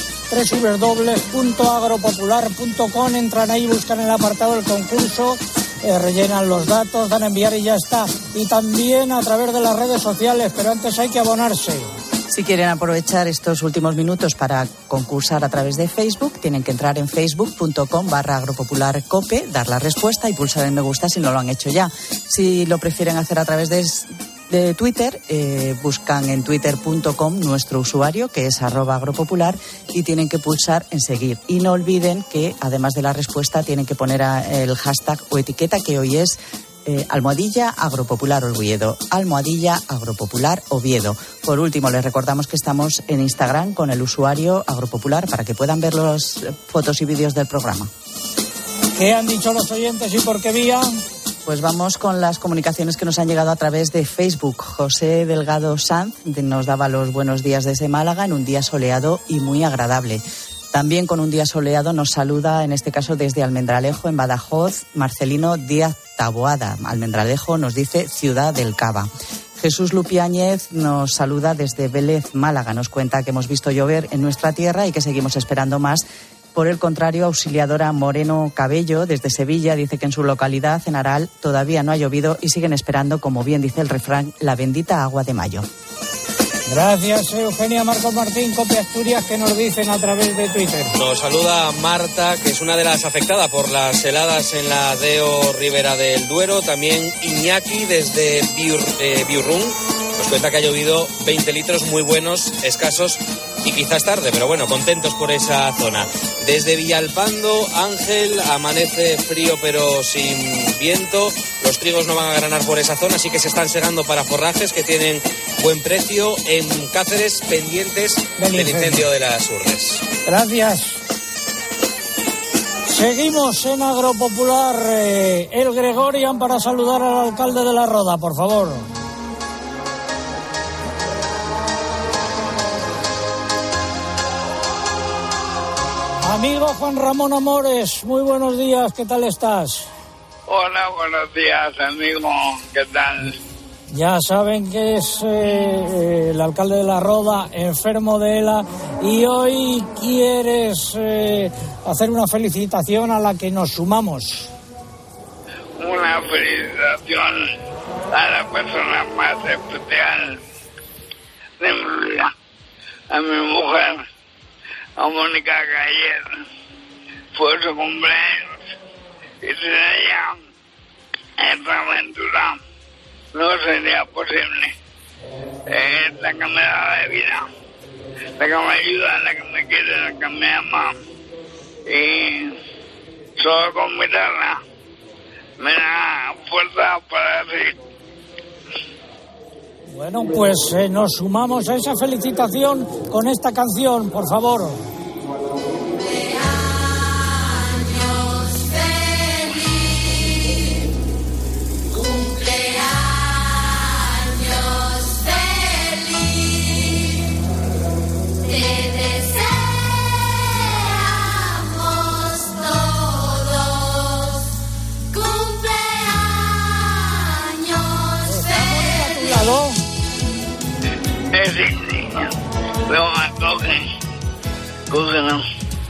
www.agropopular.com. Entran ahí, buscan el apartado del concurso, rellenan los datos, dan a enviar y ya está. Y también a través de las redes sociales, pero antes hay que abonarse. Si quieren aprovechar estos últimos minutos para concursar a través de Facebook, tienen que entrar en facebook.com/agropopularcope, dar la respuesta y pulsar el me gusta si no lo han hecho ya. Si lo prefieren hacer a través de Twitter, buscan en twitter.com nuestro usuario, que es @agropopular, y tienen que pulsar en seguir. Y no olviden que, además de la respuesta, tienen que poner el hashtag o etiqueta, que hoy es @agropopular Oviedo, @agropopular Oviedo. Por último, les recordamos que estamos en Instagram con el usuario agropopular para que puedan ver las fotos y vídeos del programa. ¿Qué han dicho los oyentes y por qué vía? Pues vamos con las comunicaciones que nos han llegado a través de Facebook. José Delgado Sanz nos daba los buenos días desde Málaga en un día soleado y muy agradable. También con un día soleado nos saluda, en este caso desde Almendralejo, en Badajoz, Marcelino Díaz Taboada. Almendralejo nos dice Ciudad del Cava. Jesús Lupiáñez nos saluda desde Vélez, Málaga. Nos cuenta que hemos visto llover en nuestra tierra y que seguimos esperando más. Por el contrario, Auxiliadora Moreno Cabello, desde Sevilla, dice que en su localidad, en Aral, todavía no ha llovido y siguen esperando, como bien dice el refrán, la bendita agua de mayo. Gracias, Eugenia. Marcos Martín, Copia Asturias, que nos dicen a través de Twitter. Nos saluda Marta, que es una de las afectadas por las heladas en la Deo Ribera del Duero. También Iñaki, desde Biurrún, nos cuenta que ha llovido 20 litros muy buenos, escasos y quizás tarde, pero bueno, contentos por esa zona. Desde Villalpando, Ángel, amanece frío pero sin viento. Los trigos no van a granar por esa zona, así que se están segando para forrajes que tienen buen precio. En Cáceres, pendientes del incendio de las Urdes. Gracias. Seguimos en Agropopular. El Gregorian para saludar al alcalde de La Roda, por favor. Amigo Juan Ramón Amores, muy buenos días, ¿qué tal estás? Hola, buenos días, amigo, ¿qué tal? Ya saben que es el alcalde de La Roda, enfermo de ELA, y hoy quieres hacer una felicitación a la que nos sumamos. Una felicitación a la persona más especial de mi vida, a mi mujer, a Mónica, que ayer fue su cumpleaños y sin ella esta aventura no sería posible. La que me da de vida, la que me ayuda, la que me quiere, la que me ama. Y solo con mirarla me da fuerza para decir. Bueno, pues nos sumamos a esa felicitación con esta canción, por favor. Sí, luego cógelo.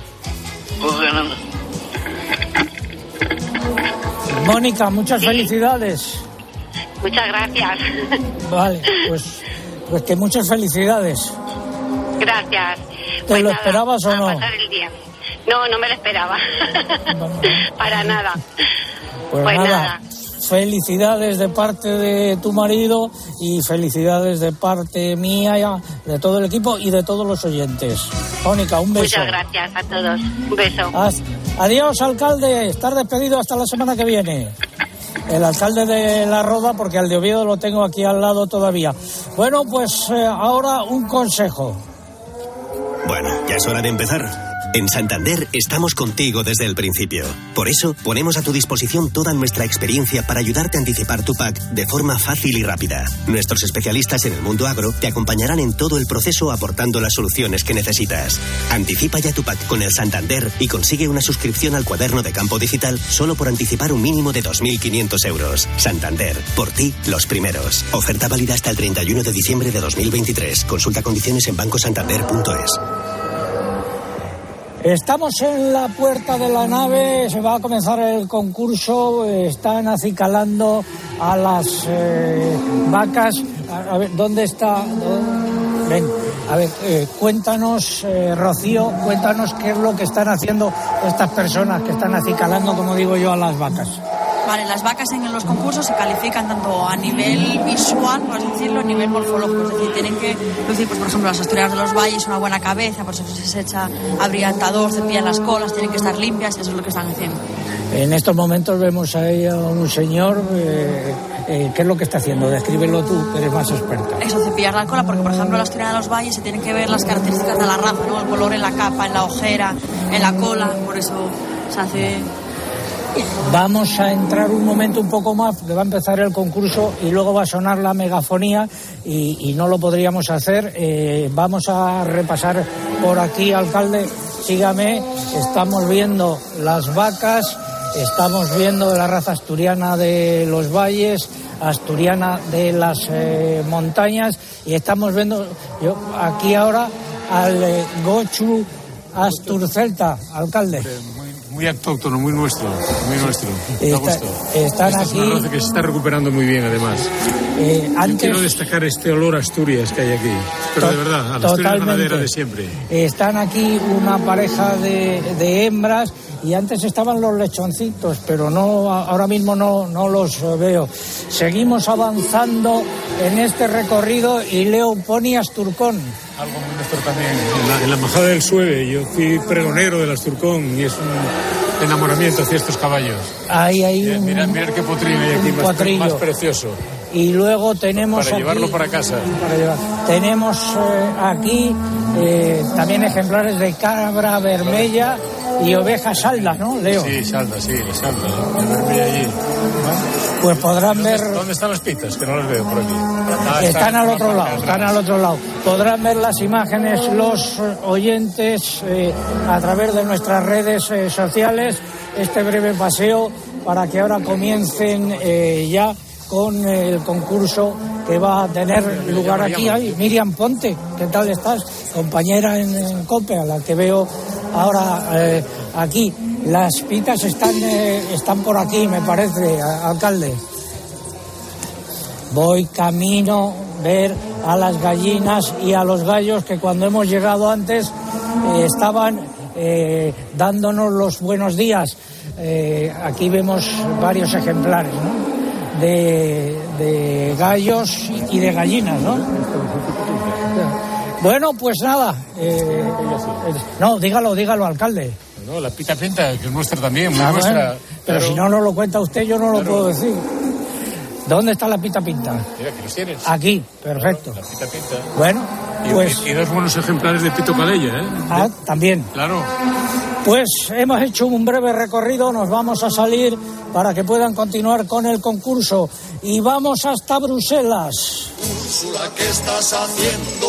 Mónica, muchas felicidades. Muchas gracias. Vale, pues que muchas felicidades. Gracias. ¿Te lo esperabas o no? Pasar el día. No me lo esperaba. Para nada. Pues nada. Felicidades de parte de tu marido y felicidades de parte mía, de todo el equipo y de todos los oyentes. Mónica, un beso. Muchas gracias a todos. Un beso. Adiós, alcalde. Estar despedido hasta la semana que viene. El alcalde de La Roda, porque al de Oviedo lo tengo aquí al lado todavía. Bueno, pues ahora un consejo. Bueno, ya es hora de empezar. En Santander estamos contigo desde el principio. Por eso, ponemos a tu disposición toda nuestra experiencia para ayudarte a anticipar tu PAC de forma fácil y rápida. Nuestros especialistas en el mundo agro te acompañarán en todo el proceso aportando las soluciones que necesitas. Anticipa ya tu PAC con el Santander y consigue una suscripción al cuaderno de campo digital solo por anticipar un mínimo de 2.500 euros. Santander, por ti, los primeros. Oferta válida hasta el 31 de diciembre de 2023. Consulta condiciones en bancosantander.es. Estamos en la puerta de la nave, se va a comenzar el concurso, están acicalando a las vacas. A ver, ¿dónde está? Ven, a ver, cuéntanos, Rocío, cuéntanos qué es lo que están haciendo estas personas que están acicalando, como digo yo, a las vacas. Vale, las vacas en los concursos se califican tanto a nivel visual, por así decirlo, a nivel morfológico. Es decir, tienen que lucir, pues, por ejemplo, las asturianas de los valles, una buena cabeza, por eso se echa abrillantador, cepillan las colas, tienen que estar limpias, y eso es lo que están haciendo. En estos momentos vemos ahí a un señor, ¿qué es lo que está haciendo? Descríbelo tú, que eres más experta. Eso, cepillar la cola, porque por ejemplo la asturiana de los valles se tienen que ver las características de la raza, ¿no? El color en la capa, en la ojera, en la cola, por eso se hace... Vamos a entrar un momento un poco más, que va a empezar el concurso y luego va a sonar la megafonía y no lo podríamos hacer. Vamos a repasar por aquí, alcalde, sígame. Estamos viendo las vacas, estamos viendo la raza asturiana de los valles, asturiana de las montañas, y estamos viendo yo aquí ahora al Gochu Asturcelta, alcalde. Muy autóctono, muy nuestro, muy nuestro. Me gusta. Están Esta aquí. es una raza que se está recuperando muy bien, además. Yo quiero destacar este olor a Asturias que hay aquí. Pero de verdad, a la Asturias ganadera de siempre. Están aquí una pareja de hembras y antes estaban los lechoncitos, pero no, ahora mismo no los veo. Seguimos avanzando en este recorrido y leo Pony Asturcón. Algo muy nuestro también. En la majada del Sueve, yo fui pregonero del Asturcón y es un enamoramiento hacia estos caballos. Ahí hay mirad qué potrillo hay aquí, más precioso. Y luego tenemos para llevarlo aquí, para casa. Tenemos aquí también ejemplares de cabra vermella y oveja salda, ¿no, Leo? Sí, salda, la vermella allí. Pues podrán ver... ¿Dónde están las pitas? Que no las veo por aquí. Están al otro lado. Podrán ver las imágenes los oyentes a través de nuestras redes sociales. Este breve paseo para que ahora comiencen ya con el concurso que va a tener lugar aquí. Ay, Miriam Ponte, ¿qué tal estás? Compañera en COPE, a la que veo ahora aquí. Las pitas están por aquí, me parece, alcalde. Voy camino ver a las gallinas y a los gallos que cuando hemos llegado antes estaban dándonos los buenos días. Aquí vemos varios ejemplares, ¿no? de gallos y de gallinas, ¿no? Bueno, pues nada. No, dígalo, alcalde. No, la pita pinta, que es nuestra también, muy nuestra. Pero si no nos lo cuenta usted, yo no lo puedo decir. ¿Dónde está la pita pinta? Mira, aquí los tienes. Aquí, perfecto. La pita pinta. Bueno, pues... Y 2 buenos ejemplares de pito calella, ¿eh? Ah, también. Claro. Pues hemos hecho un breve recorrido, nos vamos a salir para que puedan continuar con el concurso. Y vamos hasta Bruselas. Úrsula, ¿qué estás haciendo?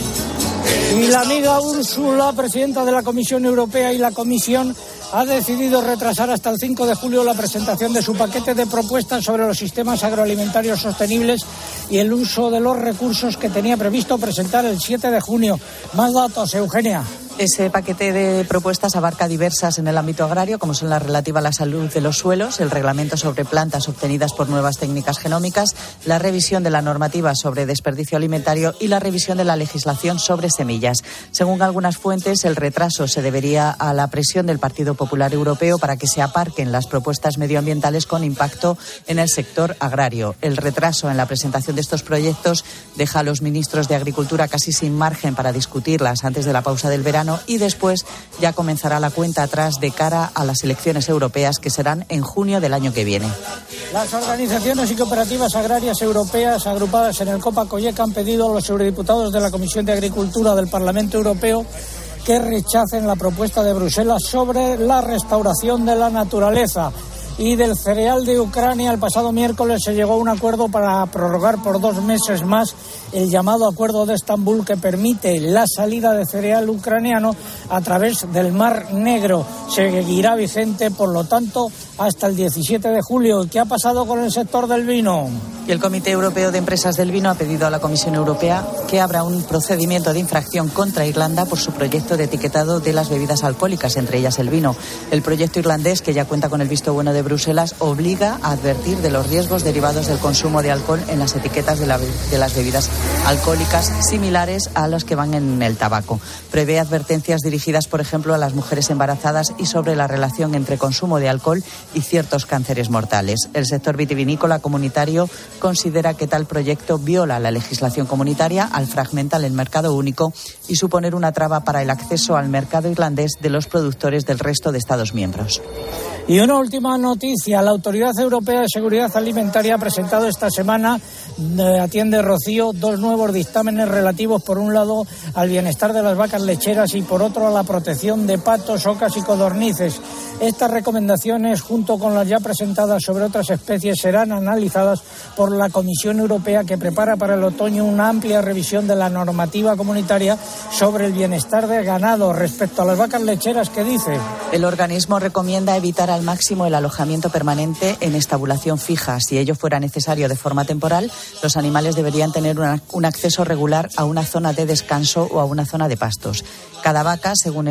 Y la amiga Úrsula, presidenta de la Comisión Europea, y la Comisión ha decidido retrasar hasta el 5 de julio la presentación de su paquete de propuestas sobre los sistemas agroalimentarios sostenibles y el uso de los recursos que tenía previsto presentar el 7 de junio. Más datos, Eugenia. Ese paquete de propuestas abarca diversas en el ámbito agrario, como son la relativa a la salud de los suelos, el reglamento sobre plantas obtenidas por nuevas técnicas genómicas, la revisión de la normativa sobre desperdicio alimentario y la revisión de la legislación sobre semillas. Según algunas fuentes, el retraso se debería a la presión del Partido Popular Europeo para que se aparquen las propuestas medioambientales con impacto en el sector agrario. El retraso en la presentación de estos proyectos deja a los ministros de Agricultura casi sin margen para discutirlas antes de la pausa del verano, y después ya comenzará la cuenta atrás de cara a las elecciones europeas que serán en junio del año que viene. Las organizaciones y cooperativas agrarias europeas agrupadas en el COPA-COGECA han pedido a los eurodiputados de la Comisión de Agricultura del Parlamento Europeo que rechacen la propuesta de Bruselas sobre la restauración de la naturaleza y del cereal de Ucrania. El pasado miércoles se llegó a un acuerdo para prorrogar por 2 meses más el llamado Acuerdo de Estambul, que permite la salida de cereal ucraniano a través del Mar Negro. Seguirá vigente, por lo tanto, hasta el 17 de julio. ¿Qué ha pasado con el sector del vino? Y el Comité Europeo de Empresas del Vino ha pedido a la Comisión Europea que abra un procedimiento de infracción contra Irlanda por su proyecto de etiquetado de las bebidas alcohólicas, entre ellas el vino. El proyecto irlandés, que ya cuenta con el visto bueno de Bruselas, obliga a advertir de los riesgos derivados del consumo de alcohol en las etiquetas de las bebidas alcohólicas, similares a las que van en el tabaco. Prevé advertencias dirigidas, por ejemplo, a las mujeres embarazadas y sobre la relación entre consumo de alcohol y ciertos cánceres mortales. El sector vitivinícola comunitario considera que tal proyecto viola la legislación comunitaria al fragmentar el mercado único y suponer una traba para el acceso al mercado irlandés de los productores del resto de Estados miembros. Y una última noticia. La Autoridad Europea de Seguridad Alimentaria ha presentado esta semana, atiende Rocío, 2 nuevos dictámenes relativos, por un lado, al bienestar de las vacas lecheras y por otro a la protección de patos, ocas y codornices. Estas recomendaciones, junto con las ya presentadas sobre otras especies, serán analizadas por la Comisión Europea, que prepara para el otoño una amplia revisión de la normativa comunitaria sobre el bienestar del ganado. Respecto a las vacas lecheras, ¿qué dice? El organismo recomienda evitar al máximo el alojamiento permanente en estabulación fija. Si ello fuera necesario de forma temporal, los animales deberían tener un acceso regular a una zona de descanso o a una zona de pastos. Cada vaca, según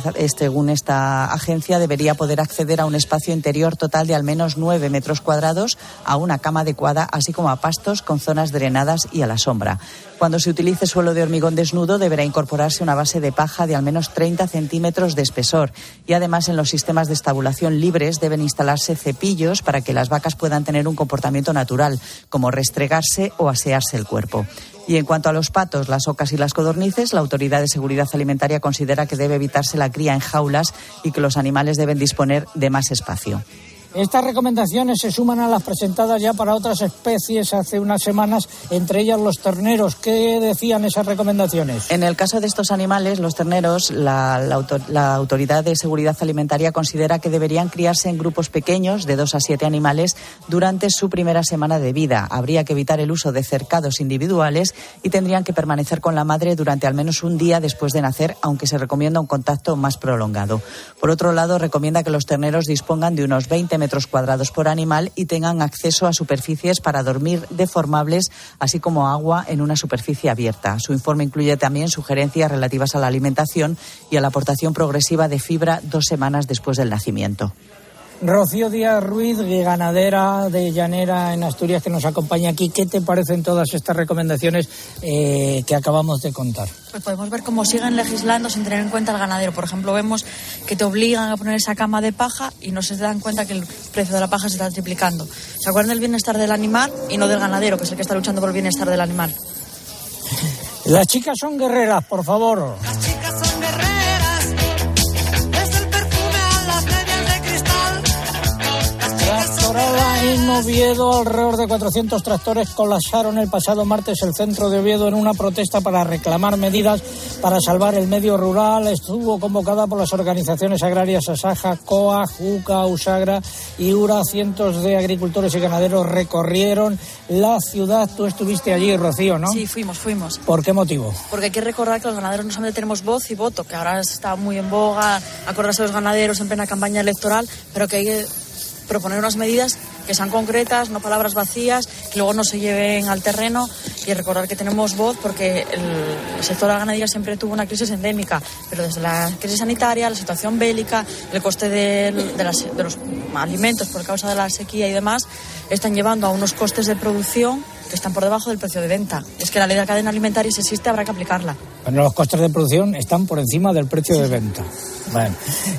esta agencia, debería poder acceder a un espacio interior total de al menos 9 metros cuadrados, a una cama adecuada, así como a pastos con zonas drenadas y a la sombra. Cuando se utilice suelo de hormigón desnudo, deberá incorporarse una base de paja de al menos 30 centímetros de espesor. Y además, en los sistemas de estabulación libres deben instalarse cepillos para que las vacas puedan tener un comportamiento natural, como restregarse o asearse el cuerpo. Y en cuanto a los patos, las ocas y las codornices, la Autoridad de Seguridad Alimentaria considera que debe evitarse la cría en jaulas y que los animales deben disponer de más espacio. Estas recomendaciones se suman a las presentadas ya para otras especies hace unas semanas, entre ellas los terneros. ¿Qué decían esas recomendaciones? En el caso de estos animales, los terneros, la Autoridad de Seguridad Alimentaria considera que deberían criarse en grupos pequeños de 2 a 7 animales durante su primera semana de vida. Habría que evitar el uso de cercados individuales y tendrían que permanecer con la madre durante al menos un día después de nacer, aunque se recomienda un contacto más prolongado. Por otro lado, recomienda que los terneros dispongan de unos 20 metros cuadrados por animal y tengan acceso a superficies para dormir deformables, así como agua en una superficie abierta. Su informe incluye también sugerencias relativas a la alimentación y a la aportación progresiva de fibra 2 semanas después del nacimiento. Rocío Díaz Ruiz, ganadera de Llanera en Asturias, que nos acompaña aquí. ¿Qué te parecen todas estas recomendaciones que acabamos de contar? Pues podemos ver cómo siguen legislando sin tener en cuenta al ganadero. Por ejemplo, vemos que te obligan a poner esa cama de paja y no se dan cuenta que el precio de la paja se está triplicando. ¿Se acuerdan del bienestar del animal y no del ganadero, que es el que está luchando por el bienestar del animal? Las chicas son guerreras, por favor. Las chicas son guerreras, desde el perfume a las medias de cristal. En Oviedo, alrededor de 400 tractores colapsaron el pasado martes el centro de Oviedo en una protesta para reclamar medidas para salvar el medio rural. Estuvo convocada por las organizaciones agrarias Asaja, COA, JUCA, USAGRA y URA. Cientos de agricultores y ganaderos recorrieron la ciudad. Tú estuviste allí, Rocío, ¿no? Sí, fuimos. ¿Por qué motivo? Porque hay que recordar que los ganaderos no solamente tenemos voz y voto, que ahora está muy en boga acordarse de los ganaderos en plena campaña electoral, pero que hay que proponer unas medidas que sean concretas, no palabras vacías, que luego no se lleven al terreno, y recordar que tenemos voz porque el sector de la ganadería siempre tuvo una crisis endémica, pero desde la crisis sanitaria, la situación bélica, el coste de los alimentos por causa de la sequía y demás, están llevando a unos costes de producción que están por debajo del precio de venta. Es que la ley de la cadena alimentaria, si existe, habrá que aplicarla. Bueno, los costes de producción están por encima del precio de venta. Bueno,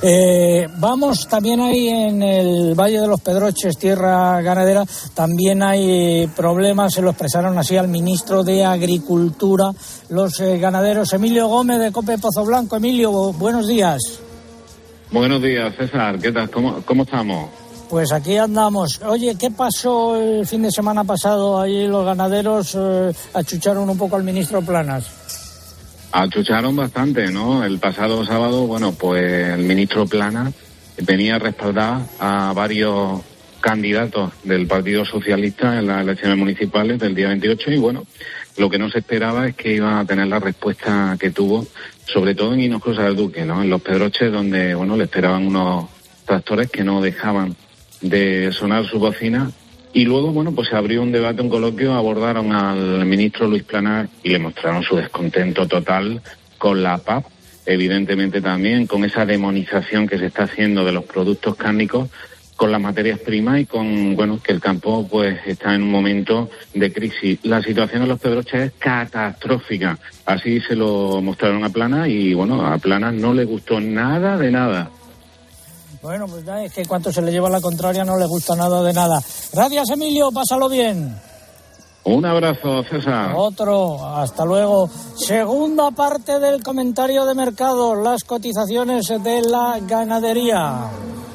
vamos, también hay en el Valle de los Pedroches, tierra ganadera, también hay problemas, se lo expresaron así al ministro de Agricultura los ganaderos. Emilio Gómez, de COPE Pozo Blanco. Emilio, buenos días. Buenos días, César, ¿qué tal? ¿Cómo estamos? Pues aquí andamos. Oye, ¿qué pasó el fin de semana pasado? Allí los ganaderos achucharon un poco al ministro Planas. Achucharon bastante, ¿no? El pasado sábado, bueno, pues el ministro Planas venía a respaldar a varios candidatos del Partido Socialista en las elecciones municipales del día 28 y, bueno, lo que no se esperaba es que iba a tener la respuesta que tuvo, sobre todo en Hinojosa del Duque, ¿no? En los Pedroches, donde, bueno, le esperaban unos tractores que no dejaban de sonar su bocina, y luego, bueno, pues se abrió un debate, un coloquio, abordaron al ministro Luis Planas y le mostraron su descontento total con la PAC, evidentemente también con esa demonización que se está haciendo de los productos cárnicos, con las materias primas y con, bueno, que el campo pues está en un momento de crisis. La situación en los Pedroches es catastrófica, así se lo mostraron a Planas y, bueno, a Planas no le gustó nada de nada. Bueno, pues ya es que cuando se le lleva la contraria no le gusta nada de nada. Gracias, Emilio, pásalo bien. Un abrazo, César. Otro, hasta luego. Segunda parte del comentario de mercado, las cotizaciones de la ganadería.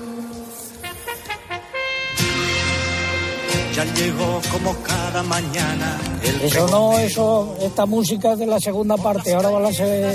Ya llegó como cada mañana. Esta música es de la segunda parte. Ahora va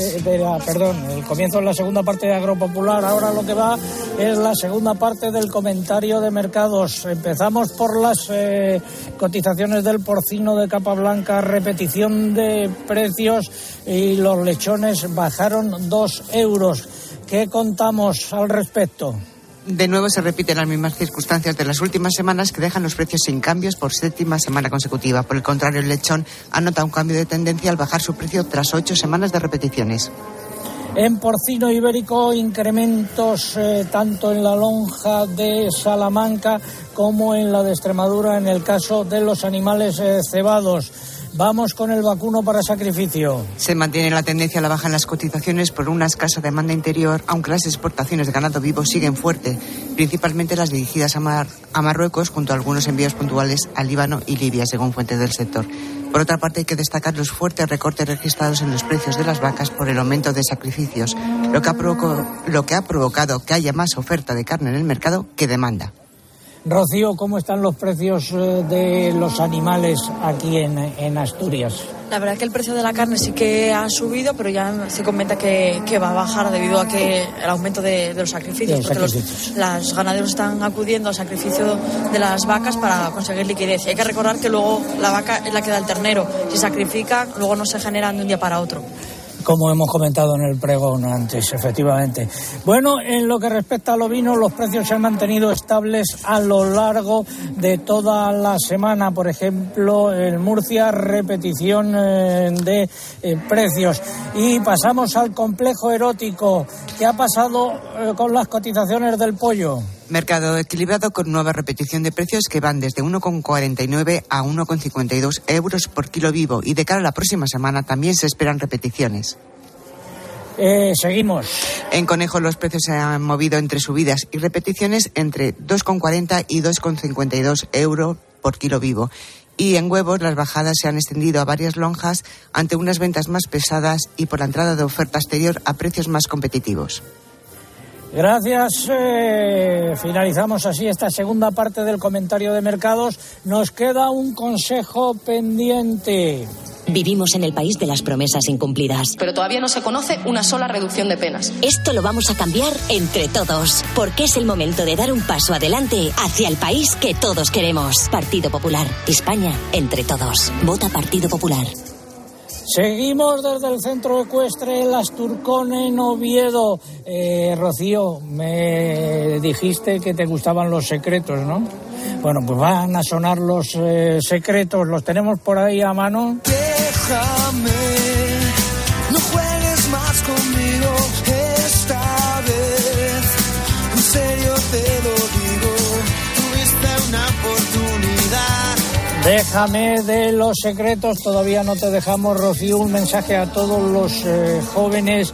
el comienzo es la segunda parte de Agropopular. Ahora lo que va es la segunda parte del comentario de mercados. Empezamos por las cotizaciones del porcino de capa blanca, repetición de precios, y los lechones bajaron 2 euros. ¿Qué contamos al respecto? De nuevo se repiten las mismas circunstancias de las últimas semanas, que dejan los precios sin cambios por 7ª semana consecutiva. Por el contrario, el lechón ha notado un cambio de tendencia al bajar su precio tras 8 semanas de repeticiones. En porcino ibérico, incrementos tanto en la lonja de Salamanca como en la de Extremadura en el caso de los animales cebados. Vamos con el vacuno para sacrificio. Se mantiene la tendencia a la baja en las cotizaciones por una escasa demanda interior, aunque las exportaciones de ganado vivo siguen fuerte, principalmente las dirigidas a Marruecos, junto a algunos envíos puntuales a Líbano y Libia, según fuentes del sector. Por otra parte, hay que destacar los fuertes recortes registrados en los precios de las vacas por el aumento de sacrificios, lo que ha provocado que haya más oferta de carne en el mercado que demanda. Rocío, ¿cómo están los precios de los animales aquí en Asturias? La verdad que el precio de la carne sí que ha subido, pero ya se comenta que va a bajar debido a que el aumento de los sacrificios. Porque los ganaderos están acudiendo al sacrificio de las vacas para conseguir liquidez. Y hay que recordar que luego la vaca es la que da el ternero. Si sacrifican, luego no se generan de un día para otro. Como hemos comentado en el pregón antes, efectivamente. Bueno, en lo que respecta al ovino, los precios se han mantenido estables a lo largo de toda la semana. Por ejemplo, en Murcia, repetición de precios. Y pasamos al complejo erótico. ¿Qué ha pasado con las cotizaciones del pollo? Mercado equilibrado con nueva repetición de precios que van desde 1,49 a 1,52 euros por kilo vivo, y de cara a la próxima semana también se esperan repeticiones. Seguimos. En Conejo los precios se han movido entre subidas y repeticiones entre 2,40 y 2,52 euros por kilo vivo. Y en huevos las bajadas se han extendido a varias lonjas ante unas ventas más pesadas y por la entrada de oferta exterior a precios más competitivos. Gracias. Finalizamos así esta segunda parte del comentario de mercados. Nos queda un consejo pendiente. Vivimos en el país de las promesas incumplidas. Pero todavía no se conoce una sola reducción de penas. Esto lo vamos a cambiar entre todos, porque es el momento de dar un paso adelante hacia el país que todos queremos. Partido Popular. España entre todos. Vota Partido Popular. Seguimos desde el centro ecuestre Las Turcón en Oviedo. Rocío, me dijiste que te gustaban los secretos, ¿no? Bueno, pues van a sonar los secretos. ¿Los tenemos por ahí a mano? Déjame, no juegues más conmigo esta vez. En serio te lo digo, tuviste una oportunidad. Déjame de los secretos, todavía no te dejamos, Rocío. Un mensaje a todos los jóvenes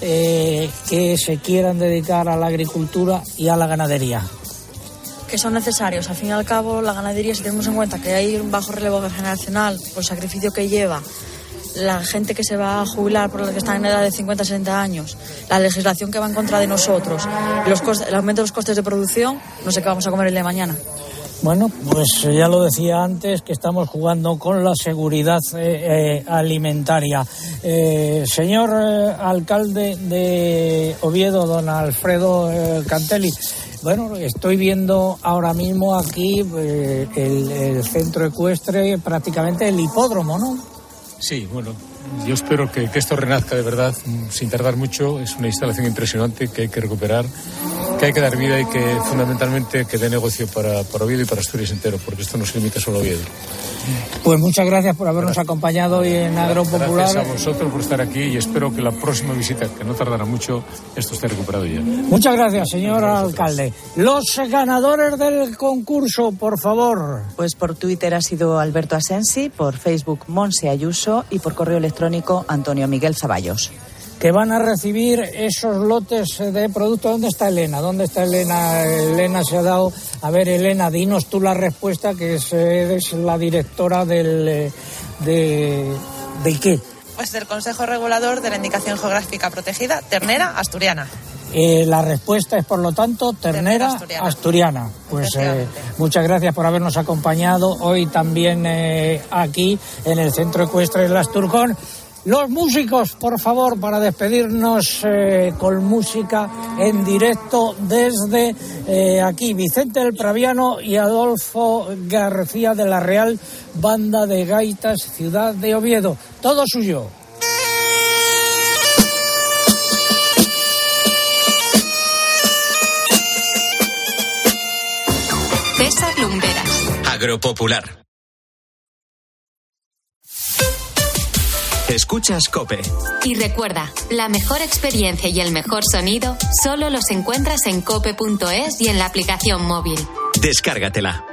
que se quieran dedicar a la agricultura y a la ganadería. Que son necesarios. Al fin y al cabo, la ganadería, si tenemos en cuenta que hay un bajo relevo generacional por el sacrificio que lleva, la gente que se va a jubilar por la que están en edad de 50, 60 años, la legislación que va en contra de nosotros, el aumento de los costes de producción, no sé qué vamos a comer el de mañana. Bueno, pues ya lo decía antes, que estamos jugando con la seguridad alimentaria. Señor alcalde de Oviedo, don Alfredo Cantelli, bueno, estoy viendo ahora mismo aquí el centro ecuestre, prácticamente el hipódromo, ¿no? Sí, bueno, yo espero que esto renazca de verdad sin tardar mucho. Es una instalación impresionante que hay que recuperar, que hay que dar vida y que fundamentalmente que dé negocio para Oviedo y para Asturias entero, porque esto no se limita solo a Oviedo. Pues muchas gracias por habernos acompañado hoy en Agropopular. Gracias a vosotros por estar aquí y espero que la próxima visita, que no tardará mucho, esto esté recuperado ya. Muchas gracias, señor alcalde. Los ganadores del concurso, por favor. Pues por Twitter ha sido Alberto Asensi, por Facebook Monse Ayuso y por correo electrónico Antonio Miguel Zaballos. Que van a recibir esos lotes de productos. ¿Dónde está Elena? ¿Dónde está Elena? Elena se ha dado... A ver, Elena, dinos tú la respuesta, que eres la directora ¿De qué? Pues del Consejo Regulador de la Indicación Geográfica Protegida, ternera asturiana. La respuesta es, por lo tanto, ternera asturiana. Pues muchas gracias por habernos acompañado hoy también aquí en el Centro Ecuestre Las Turcón. Los músicos, por favor, para despedirnos con música en directo desde aquí. Vicente el Praviano y Adolfo García de la Real Banda de Gaitas, Ciudad de Oviedo. Todo suyo. César Lumberas. Agropopular. Escuchas COPE. Y recuerda, la mejor experiencia y el mejor sonido solo los encuentras en cope.es y en la aplicación móvil. Descárgatela.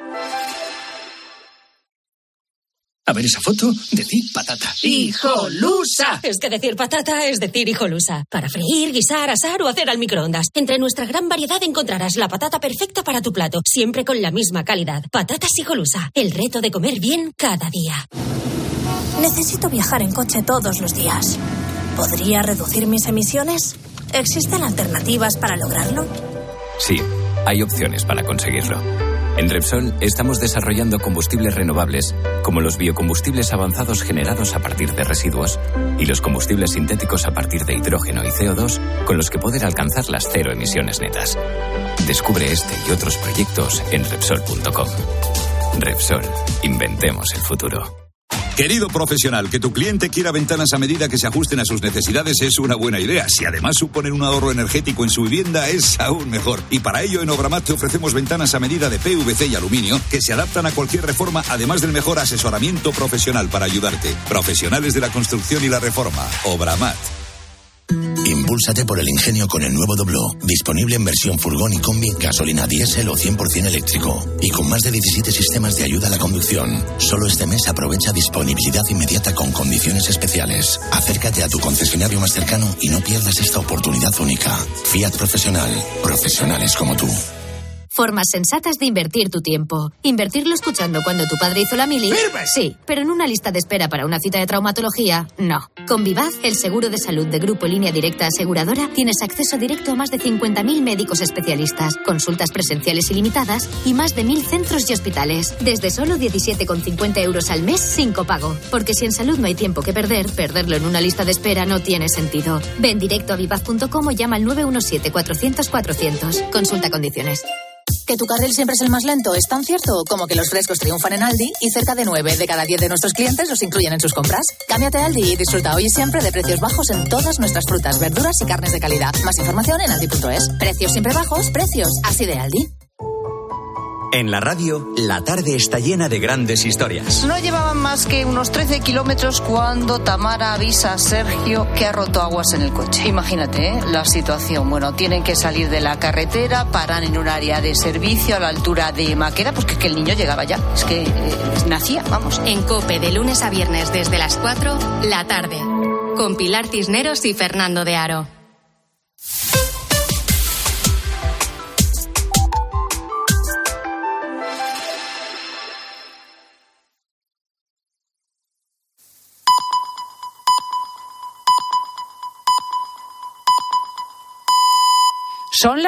A ver esa foto, decir patata. ¡Hijolusa! Es que decir patata es decir hijolusa. Para freír, guisar, asar o hacer al microondas. Entre nuestra gran variedad encontrarás la patata perfecta para tu plato, siempre con la misma calidad. Patatas hijolusa, el reto de comer bien cada día. Necesito viajar en coche todos los días. ¿Podría reducir mis emisiones? ¿Existen alternativas para lograrlo? Sí, hay opciones para conseguirlo. En Repsol estamos desarrollando combustibles renovables, como los biocombustibles avanzados generados a partir de residuos y los combustibles sintéticos a partir de hidrógeno y CO2, con los que poder alcanzar las cero emisiones netas. Descubre este y otros proyectos en Repsol.com. Repsol, inventemos el futuro. Querido profesional, que tu cliente quiera ventanas a medida que se ajusten a sus necesidades es una buena idea. Si además suponen un ahorro energético en su vivienda, es aún mejor. Y para ello en Obramat te ofrecemos ventanas a medida de PVC y aluminio que se adaptan a cualquier reforma, además del mejor asesoramiento profesional para ayudarte. Profesionales de la construcción y la reforma. Obramat. Impúlsate por el ingenio con el nuevo Dobló, disponible en versión furgón y combi, gasolina diésel o 100% eléctrico. Y con más de 17 sistemas de ayuda a la conducción. Solo este mes aprovecha disponibilidad inmediata con condiciones especiales. Acércate a tu concesionario más cercano y no pierdas esta oportunidad única. Fiat Profesional. Profesionales como tú. Formas sensatas de invertir tu tiempo. Invertirlo escuchando cuando tu padre hizo la mili. ¡Firme! Sí, pero en una lista de espera para una cita de traumatología, no. Con Vivaz, el seguro de salud de Grupo Línea Directa Aseguradora, tienes acceso directo a más de 50.000 médicos especialistas, consultas presenciales ilimitadas y más de 1.000 centros y hospitales. Desde solo 17,50 euros al mes sin copago. Porque si en salud no hay tiempo que perder, perderlo en una lista de espera no tiene sentido. Ven directo a vivaz.com o llama al 917-400-400. Consulta condiciones. ¿Que tu carril siempre es el más lento? ¿Es tan cierto como que los frescos triunfan en Aldi y cerca de 9 de cada 10 de nuestros clientes los incluyen en sus compras? Cámbiate a Aldi y disfruta hoy y siempre de precios bajos en todas nuestras frutas, verduras y carnes de calidad. Más información en aldi.es. Precios siempre bajos, precios así de Aldi. En la radio, la tarde está llena de grandes historias. No llevaban más que unos 13 kilómetros cuando Tamara avisa a Sergio que ha roto aguas en el coche. Imagínate, la situación. Bueno, tienen que salir de la carretera, paran en un área de servicio a la altura de Maqueda, pues que el niño llegaba ya. Es que nacía, vamos. En COPE, de lunes a viernes desde las 4, la tarde. Con Pilar Cisneros y Fernando de Aro. Son